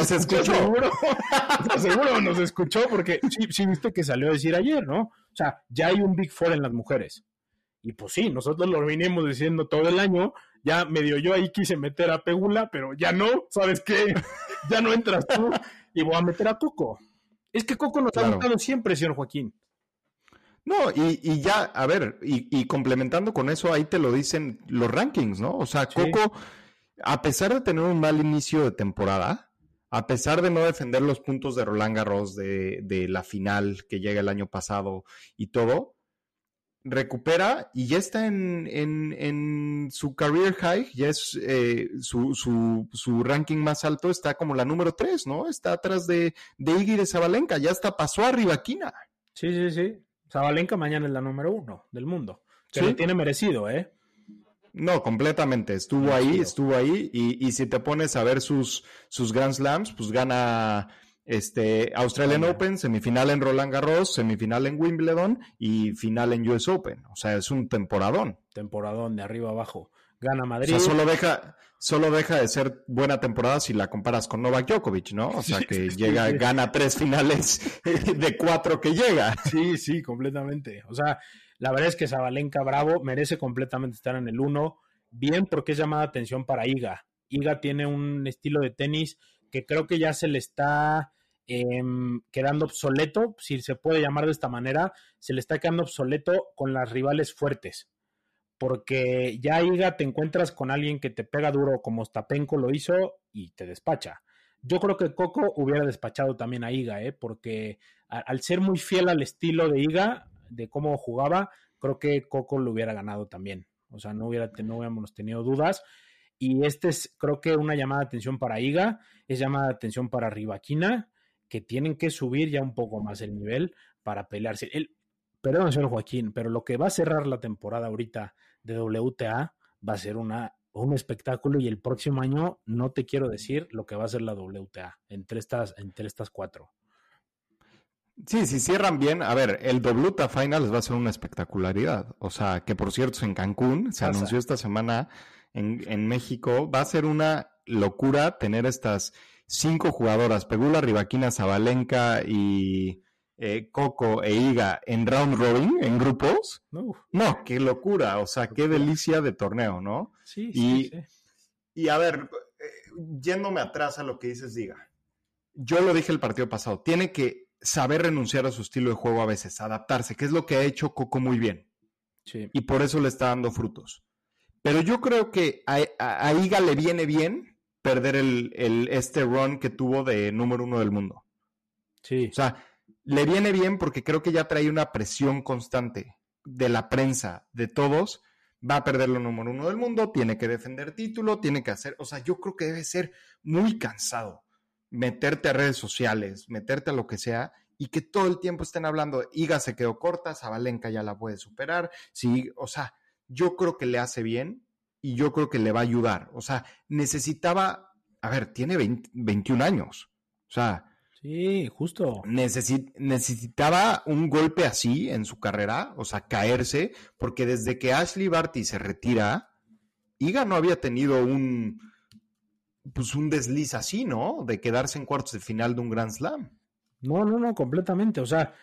Speaker 1: Seguro nos escuchó porque sí viste que salió a decir ayer, ¿no? O sea, ya hay un Big Four en las mujeres. Y pues sí, nosotros lo vinimos diciendo todo el año, ya medio yo ahí quise meter a Pegula, pero ya no, ¿sabes qué? Ya no entras tú y voy a meter a Coco. Es que Coco nos ha gustado siempre, señor Joaquín.
Speaker 2: No, y ya, a ver, y complementando con eso, ahí te lo dicen los rankings, ¿no? O sea,
Speaker 1: Sí.
Speaker 2: Coco, a pesar de tener un mal inicio de temporada, a pesar de no defender los puntos de Roland Garros de la final que llega el año pasado y todo, recupera y ya está en su career high, ya es su ranking más alto, está como la número 3, ¿no? Está atrás de Iga y de Sabalenka, ya hasta pasó a Rybakina.
Speaker 1: Sí. Sabalenka mañana es la número 1 del mundo. Que lo tiene merecido, ¿eh?
Speaker 2: No, completamente. Estuvo ahí. Y si te pones a ver sus Grand Slams, pues gana Australian Open, semifinal en Roland Garros, semifinal en Wimbledon y final en US Open. O sea, es un temporadón.
Speaker 1: Temporadón de arriba abajo. Gana Madrid.
Speaker 2: O sea, solo deja de ser buena temporada si la comparas con Novak Djokovic, ¿no? O sea, que gana 3 finales de 4 que llega.
Speaker 1: Sí, completamente. O sea, la verdad es que Sabalenka, bravo, merece completamente estar en el 1. Bien, porque es llamada atención para Iga. Iga tiene un estilo de tenis que creo que ya se le está quedando obsoleto, si se puede llamar de esta manera, se le está quedando obsoleto con las rivales fuertes. Porque ya Iga te encuentras con alguien que te pega duro como Ostapenko lo hizo y te despacha. Yo creo que Coco hubiera despachado también a Iga, porque al ser muy fiel al estilo de Iga, de cómo jugaba, creo que Coco lo hubiera ganado también. O sea, no hubiéramos tenido dudas. Y creo que una llamada de atención para Iga, es llamada de atención para Rybakina, que tienen que subir ya un poco más el nivel para pelearse. Perdón, señor Joaquín, pero lo que va a cerrar la temporada ahorita de WTA va a ser un espectáculo, y el próximo año no te quiero decir lo que va a ser la WTA entre estas 4.
Speaker 2: Sí, si cierran bien, a ver, el WTA Finals va a ser una espectacularidad. O sea, que por cierto es en Cancún, se anunció esta semana en México. Va a ser una locura tener estas 5 jugadoras, Pegula, Rybakina, Sabalenka y Coco e Iga en round robin, en grupos. No, qué locura, o sea, qué delicia de torneo, ¿no?
Speaker 1: Sí.
Speaker 2: Y a ver, yéndome atrás a lo que dices, Iga, yo lo dije el partido pasado, tiene que saber renunciar a su estilo de juego a veces, adaptarse, que es lo que ha hecho Coco muy bien.
Speaker 1: Sí.
Speaker 2: Y por eso le está dando frutos. Pero yo creo que a Iga le viene bien perder este run que tuvo de número 1 del mundo.
Speaker 1: Sí.
Speaker 2: O sea, le viene bien porque creo que ya trae una presión constante de la prensa, de todos. Va a perder lo número 1 del mundo, tiene que defender título, tiene que hacer... O sea, yo creo que debe ser muy cansado meterte a redes sociales, meterte a lo que sea, y que todo el tiempo estén hablando, Iga se quedó corta, Sabalenka ya la puede superar. Sí, o sea, yo creo que le hace bien y yo creo que le va a ayudar. O sea, necesitaba... A ver, tiene 21 años. O sea...
Speaker 1: Sí, justo.
Speaker 2: Necesitaba un golpe así en su carrera, o sea, caerse, porque desde que Ashley Barty se retira, Iga no había tenido un desliz así, ¿no? De quedarse en cuartos de final de un Grand Slam.
Speaker 1: No, completamente. O sea,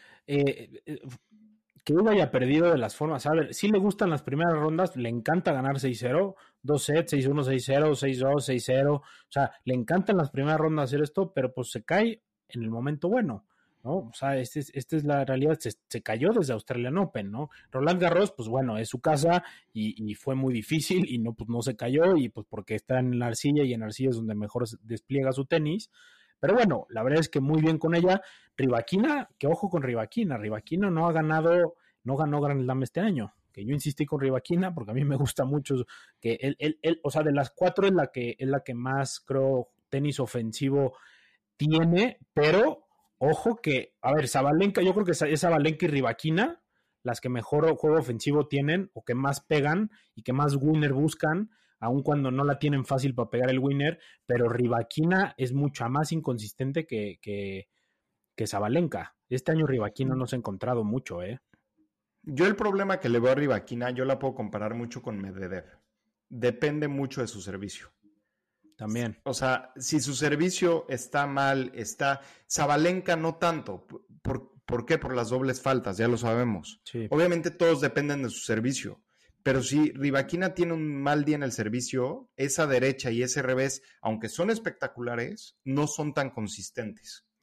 Speaker 1: que Iga haya perdido de las formas. A ver, sí le gustan las primeras rondas, le encanta ganar 6-0, 2 sets, 6-1, 6-0, 6-2, 6-0. O sea, le encantan las primeras rondas hacer esto, pero pues se cae en el momento bueno, ¿no? O sea, esta es la realidad. Se cayó desde Australian Open, ¿no? Roland Garros, pues bueno, es su casa y fue muy difícil y no se cayó, y pues porque está en la arcilla, y en arcilla es donde mejor despliega su tenis. Pero bueno, la verdad es que muy bien con ella. Rybakina, que ojo con Rybakina no ganó Grand Slam este año, que yo insistí con Rybakina porque a mí me gusta mucho, que él, o sea, de las 4 es la que más, creo, tenis ofensivo tiene, pero ojo que, a ver, Sabalenka, yo creo que es Sabalenka y Rybakina las que mejor juego ofensivo tienen, o que más pegan y que más winner buscan, aun cuando no la tienen fácil para pegar el winner, pero Rybakina es mucha más inconsistente que Sabalenka. Este año Rybakina no se ha encontrado mucho,
Speaker 2: Yo el problema que le veo a Rybakina, yo la puedo comparar mucho con Medvedev. Depende mucho de su servicio.
Speaker 1: También.
Speaker 2: O sea, si su servicio está mal, Sabalenka no tanto. ¿Por qué? Por las dobles faltas, ya lo sabemos.
Speaker 1: Sí.
Speaker 2: Obviamente todos dependen de su servicio, pero si Rybakina tiene un mal día en el servicio, esa derecha y ese revés, aunque son espectaculares, no son tan consistentes.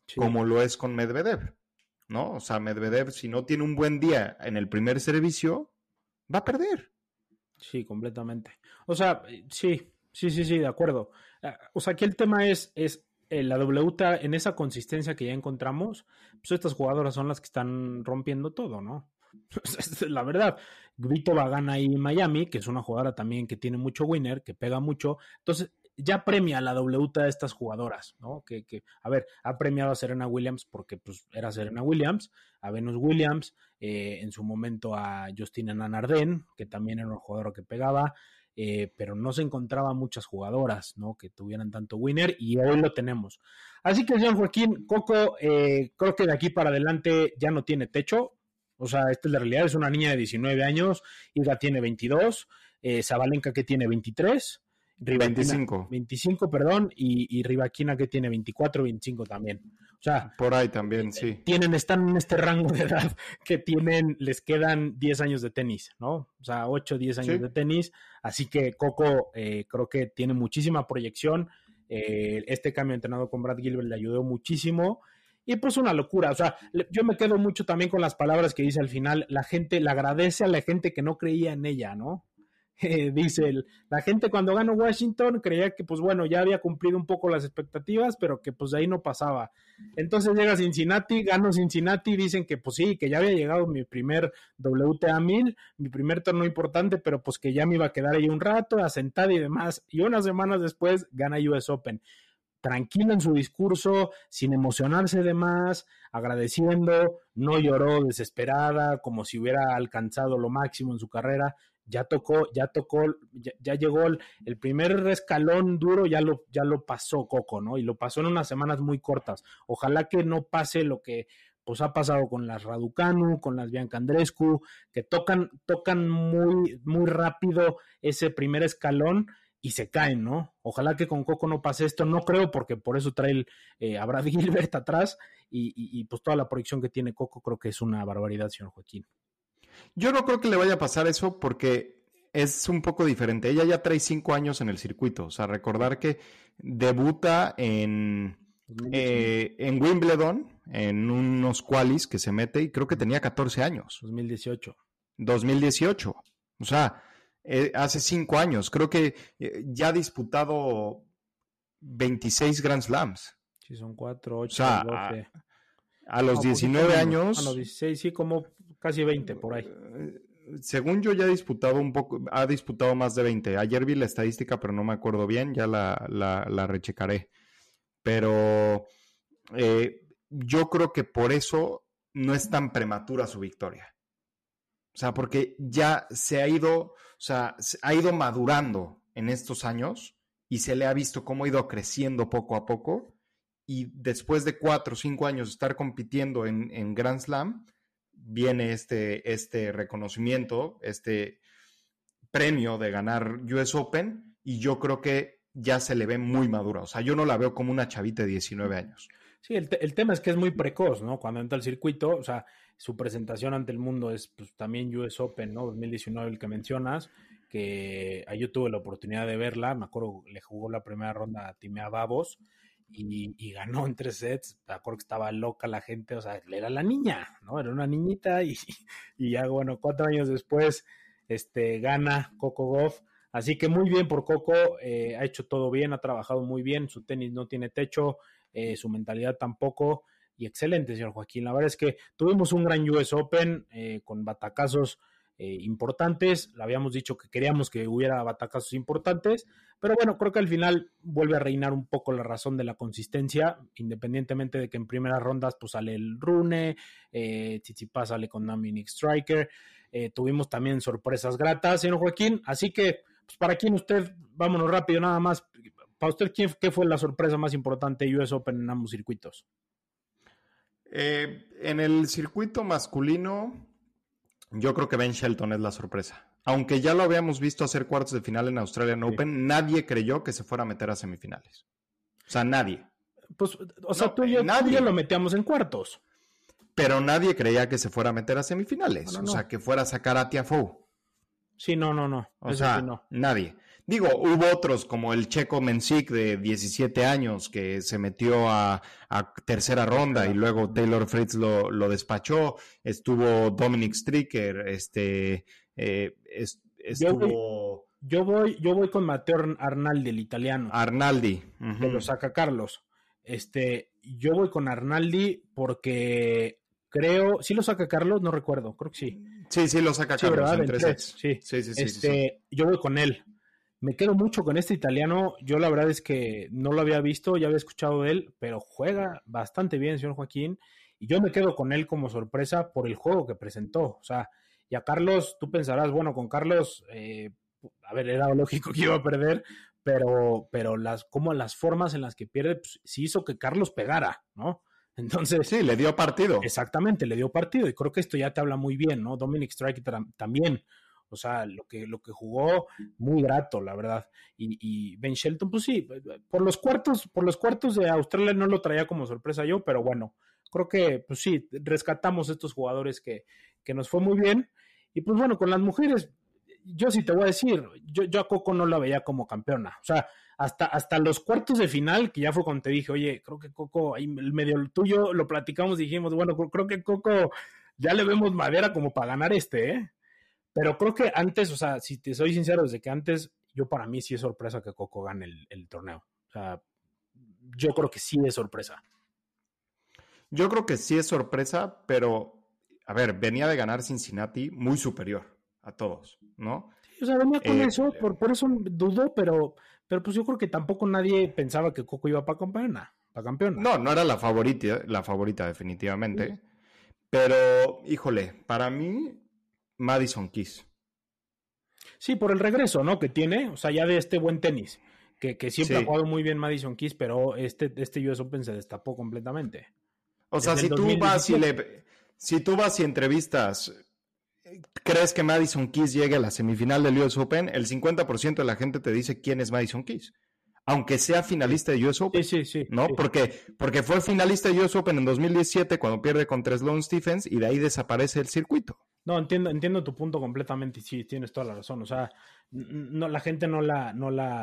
Speaker 2: como lo es con Medvedev, ¿no? O sea, Medvedev, si no tiene un buen día en el primer servicio, va a perder.
Speaker 1: Sí, completamente. O sea, sí, de acuerdo. O sea, aquí el tema es la WTA en esa consistencia que ya encontramos, pues estas jugadoras son las que están rompiendo todo, ¿no? La verdad, Kvitova gana ahí en Miami, que es una jugadora también que tiene mucho winner, que pega mucho, entonces ya premia a la WTA a estas jugadoras, ¿no? Que a ver, ha premiado a Serena Williams porque pues era Serena Williams, a Venus Williams, en su momento a Justina Nanardén, que también era una jugadora que pegaba, pero no se encontraba muchas jugadoras, ¿no? Que tuvieran tanto winner y hoy lo tenemos. Así que, señor Joaquín, Coco, creo que de aquí para adelante ya no tiene techo. O sea, esta es la realidad, es una niña de 19 años, Iga tiene 22, Sabalenka que tiene 23, Rybakina, 25, perdón, y Rybakina que tiene 24, 25 también. O sea,
Speaker 2: por ahí también, sí.
Speaker 1: Están en este rango de edad que les quedan 10 años de tenis, ¿no? O sea, 8, 10 años de tenis. Así que Coco creo que tiene muchísima proyección. Este cambio de entrenador con Brad Gilbert le ayudó muchísimo. Y pues una locura, o sea, yo me quedo mucho también con las palabras que dice al final, la gente le agradece a la gente que no creía en ella, ¿no? Dice, la gente cuando ganó Washington creía que pues bueno, ya había cumplido un poco las expectativas, pero que pues de ahí no pasaba. Entonces llega Cincinnati, ganó Cincinnati, dicen que pues sí, que ya había llegado mi primer WTA 1000, mi primer torneo importante, pero pues que ya me iba a quedar ahí un rato, asentada y demás, y unas semanas después gana US Open. Tranquilo en su discurso, sin emocionarse de más, agradeciendo, no lloró desesperada, como si hubiera alcanzado lo máximo en su carrera. Ya llegó el primer escalón duro, ya lo pasó Coco, ¿no? Y lo pasó en unas semanas muy cortas. Ojalá que no pase lo que pues ha pasado con las Raducanu, con las Bianca Andreescu, que tocan muy, muy rápido ese primer escalón y se caen, ¿no? Ojalá que con Coco no pase esto, no creo, porque por eso trae a Brad Gilbert atrás y pues toda la proyección que tiene Coco creo que es una barbaridad, señor Joaquín.
Speaker 2: Yo no creo que le vaya a pasar eso porque es un poco diferente. Ella ya trae 5 años en el circuito. O sea, recordar que debuta en Wimbledon, en unos qualis que se mete y creo que tenía 14 años. 2018. O sea, hace 5 años. Creo que ya ha disputado 26 Grand Slams.
Speaker 1: Sí, son 4, 8,
Speaker 2: o sea,
Speaker 1: 12.
Speaker 2: A los 19 años.
Speaker 1: A los 16, sí, como casi 20 por ahí.
Speaker 2: Según yo ya ha disputado más de 20. Ayer vi la estadística, pero no me acuerdo bien, ya la rechecaré. Pero yo creo que por eso no es tan prematura su victoria. O sea, porque ya se ha ido madurando en estos años y se le ha visto cómo ha ido creciendo poco a poco. Y después de 4 o 5 años de estar compitiendo en Grand Slam, viene este reconocimiento, este premio de ganar US Open, y yo creo que ya se le ve muy madura. O sea, yo no la veo como una chavita de 19 años.
Speaker 1: Sí, el tema es que es muy precoz, ¿no? Cuando entra al circuito, o sea, su presentación ante el mundo es pues, también US Open, ¿no? 2019, el que mencionas, que yo tuve la oportunidad de verla, me acuerdo, le jugó la primera ronda a Timea Babos, y ganó en 3 sets. Me acuerdo que estaba loca la gente, o sea, era la niña, ¿no? Era una niñita y ya, bueno, 4 años después gana Coco Gauff. Así que muy bien por Coco, ha hecho todo bien, ha trabajado muy bien, su tenis no tiene techo, su mentalidad tampoco, y excelente, señor Joaquín. La verdad es que tuvimos un gran US Open con batacazos importantes. Le habíamos dicho que queríamos que hubiera batacazos importantes, pero bueno, creo que al final vuelve a reinar un poco la razón de la consistencia, independientemente de que en primeras rondas pues sale el Rune, Tsitsipas sale con Dominic Striker, tuvimos también sorpresas gratas, señor Joaquín, así que pues para quién usted, vámonos rápido nada más, para usted, ¿qué fue la sorpresa más importante de US Open en ambos circuitos?
Speaker 2: En el circuito masculino, yo creo que Ben Shelton es la sorpresa. Aunque ya lo habíamos visto hacer cuartos de final en Australian Open, nadie creyó que se fuera a meter a semifinales. O sea, nadie.
Speaker 1: Pues, o sea, tú y yo lo metíamos en cuartos.
Speaker 2: Pero nadie creía que se fuera a meter a semifinales. No. O sea, que fuera a sacar a Tiafoe.
Speaker 1: Sí, no.
Speaker 2: O sea, sí, no. Nadie. Digo, hubo otros como el checo Mencic de 17 años que se metió a tercera ronda y luego Taylor Fritz lo despachó. Estuvo Dominic Stricker, estuvo...
Speaker 1: Yo voy con Matteo Arnaldi, el italiano.
Speaker 2: Arnaldi.
Speaker 1: Que lo saca Carlos. Yo voy con Arnaldi porque creo... ¿Sí lo saca Carlos? No recuerdo, creo que sí.
Speaker 2: Sí, lo saca Carlos.
Speaker 1: ¿verdad?
Speaker 2: En 3
Speaker 1: Sí.
Speaker 2: Sí.
Speaker 1: Yo voy con él. Me quedo mucho con este italiano. Yo la verdad es que no lo había visto, ya había escuchado de él, pero juega bastante bien, señor Joaquín. Y yo me quedo con él como sorpresa por el juego que presentó. O sea, y a Carlos, tú pensarás, bueno, con Carlos, a ver, era lógico que iba a perder, pero las formas en las que pierde, pues, sí hizo que Carlos pegara, ¿no? Entonces...
Speaker 2: Sí, le dio partido.
Speaker 1: Exactamente, le dio partido. Y creo que esto ya te habla muy bien, ¿no? Dominic Strike también. O sea, lo que jugó, muy grato, la verdad. Y Ben Shelton, pues sí, por los cuartos de Australia no lo traía como sorpresa yo, pero bueno, creo que, pues sí, rescatamos estos jugadores que nos fue muy bien. Y pues bueno, con las mujeres, yo sí te voy a decir, yo a Coco no la veía como campeona. O sea, hasta los cuartos de final, que ya fue cuando te dije, oye, creo que Coco, ahí medio tuyo, lo platicamos, dijimos, bueno, creo que Coco ya le vemos madera como para ganar ¿eh? Pero creo que antes, o sea, si te soy sincero, desde que antes, yo para mí sí es sorpresa que Coco gane el torneo. O sea, yo creo que sí es sorpresa.
Speaker 2: Yo creo que sí es sorpresa, pero, a ver, venía de ganar Cincinnati muy superior a todos, ¿no?
Speaker 1: Sí, o sea, venía con eso, por eso dudo, pero pues yo creo que tampoco nadie pensaba que Coco iba para campeona.
Speaker 2: No era la favorita definitivamente. Pero, híjole, para mí... Madison Keys.
Speaker 1: Sí, por el regreso, ¿no? Que tiene, o sea, ya de este buen tenis, que siempre ha jugado muy bien Madison Keys, pero este US Open se destapó completamente.
Speaker 2: O sea, si tú vas y entrevistas, ¿crees que Madison Keys llegue a la semifinal del US Open? El 50% de la gente te dice quién es Madison Keys. Aunque sea finalista de US Open.
Speaker 1: Sí.
Speaker 2: ¿No?
Speaker 1: Sí.
Speaker 2: Porque fue finalista de US Open en 2017 cuando pierde contra Sloane Stephens y de ahí desaparece el circuito.
Speaker 1: No, entiendo tu punto completamente y sí, tienes toda la razón. O sea, no, la gente no la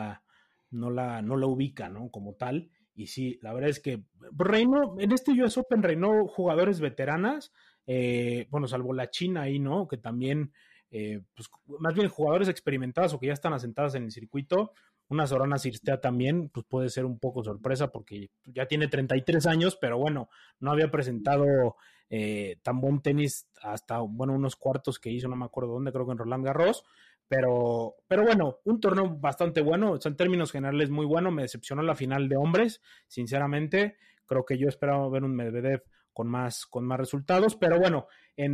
Speaker 1: ubica, ¿no? Como tal. Y sí, la verdad es que reinó, en este US Open reinó jugadores veteranas, bueno, salvo la China ahí, ¿no? Que también, pues, más bien jugadores experimentados o que ya están asentadas en el circuito. Una Sorana Cirstea también, pues puede ser un poco sorpresa porque ya tiene 33 años, pero bueno, no había presentado tan buen tenis hasta, bueno, unos cuartos que hizo, no me acuerdo dónde, creo que en Roland Garros, pero bueno, un torneo bastante bueno, o sea, en términos generales muy bueno. Me decepcionó la final de hombres, sinceramente. Creo que yo esperaba ver un Medvedev con más resultados, pero bueno,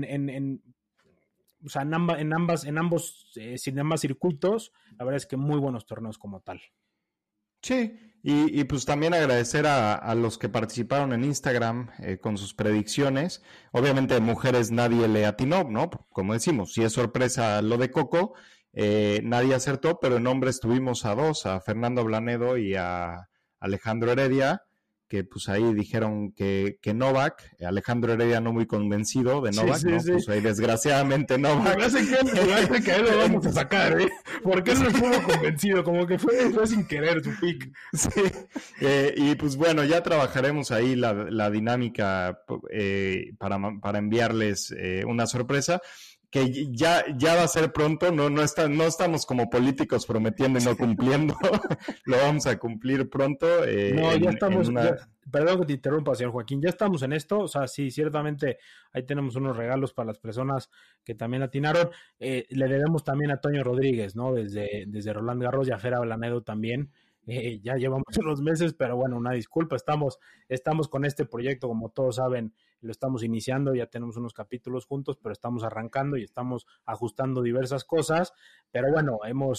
Speaker 1: o sea, en ambos circuitos, la verdad es que muy buenos torneos como tal.
Speaker 2: Sí, y pues también agradecer a los que participaron en Instagram con sus predicciones. Obviamente de mujeres nadie le atinó, ¿no? Como decimos, si es sorpresa lo de Coco, nadie acertó, pero en hombres tuvimos a dos, a Fernando Blanedo y a Alejandro Heredia, que pues ahí dijeron que Novak, Alejandro Heredia no muy convencido de Novak,
Speaker 1: sí,
Speaker 2: ¿no?
Speaker 1: Sí.
Speaker 2: Pues ahí desgraciadamente Novak.
Speaker 1: Me hace que a él lo vamos a sacar, ¿eh? Porque él no estuvo convencido, como que fue sin querer su pick.
Speaker 2: Sí, y pues bueno, ya trabajaremos ahí la dinámica para enviarles una sorpresa. Que ya va a ser pronto, no estamos como políticos prometiendo y no cumpliendo, lo vamos a cumplir pronto.
Speaker 1: Ya estamos, perdón que te interrumpa, señor Joaquín, ya estamos en esto, o sea, sí, ciertamente ahí tenemos unos regalos para las personas que también atinaron. Le debemos también a Toño Rodríguez, ¿no? Desde Roland Garros y a Fera Blanedo también. Ya llevamos unos meses, pero bueno, una disculpa, estamos con este proyecto, como todos saben, lo estamos iniciando, ya tenemos unos capítulos juntos, pero estamos arrancando y estamos ajustando diversas cosas, pero bueno,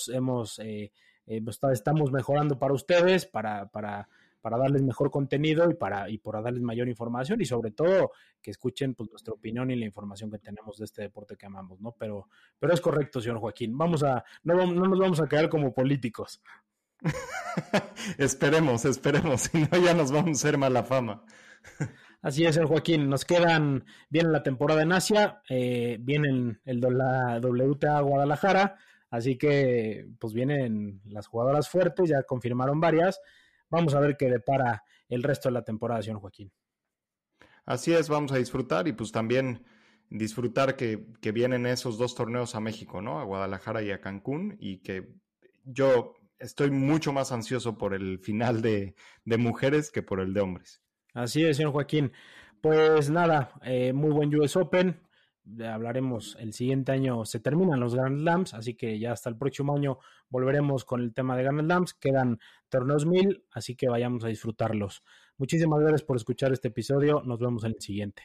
Speaker 1: estamos mejorando para ustedes, para darles mejor contenido y para darles mayor información y sobre todo que escuchen pues nuestra opinión y la información que tenemos de este deporte que amamos, ¿no? Pero es correcto, señor Joaquín, no nos vamos a quedar como políticos.
Speaker 2: Esperemos, si no ya nos vamos a hacer mala fama.
Speaker 1: Así es, Joaquín, viene la temporada en Asia, viene la WTA Guadalajara, Así que pues vienen las jugadoras fuertes, ya confirmaron varias. Vamos a ver qué depara el resto de la temporada, señor Joaquín.
Speaker 2: Así es, vamos a disfrutar y pues también disfrutar que vienen esos 2 torneos a México, ¿no? A Guadalajara y a Cancún, y que yo estoy mucho más ansioso por el final de mujeres que por el de hombres.
Speaker 1: Así es, señor Joaquín. Pues nada, muy buen US Open. Hablaremos el siguiente año, se terminan los Grand Slams, así que ya hasta el próximo año volveremos con el tema de Grand Slams. Quedan torneos 1000, así que vayamos a disfrutarlos. Muchísimas gracias por escuchar este episodio. Nos vemos en el siguiente.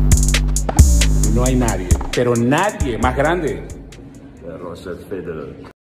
Speaker 3: No hay nadie, pero nadie más grande.
Speaker 4: Roger Federer.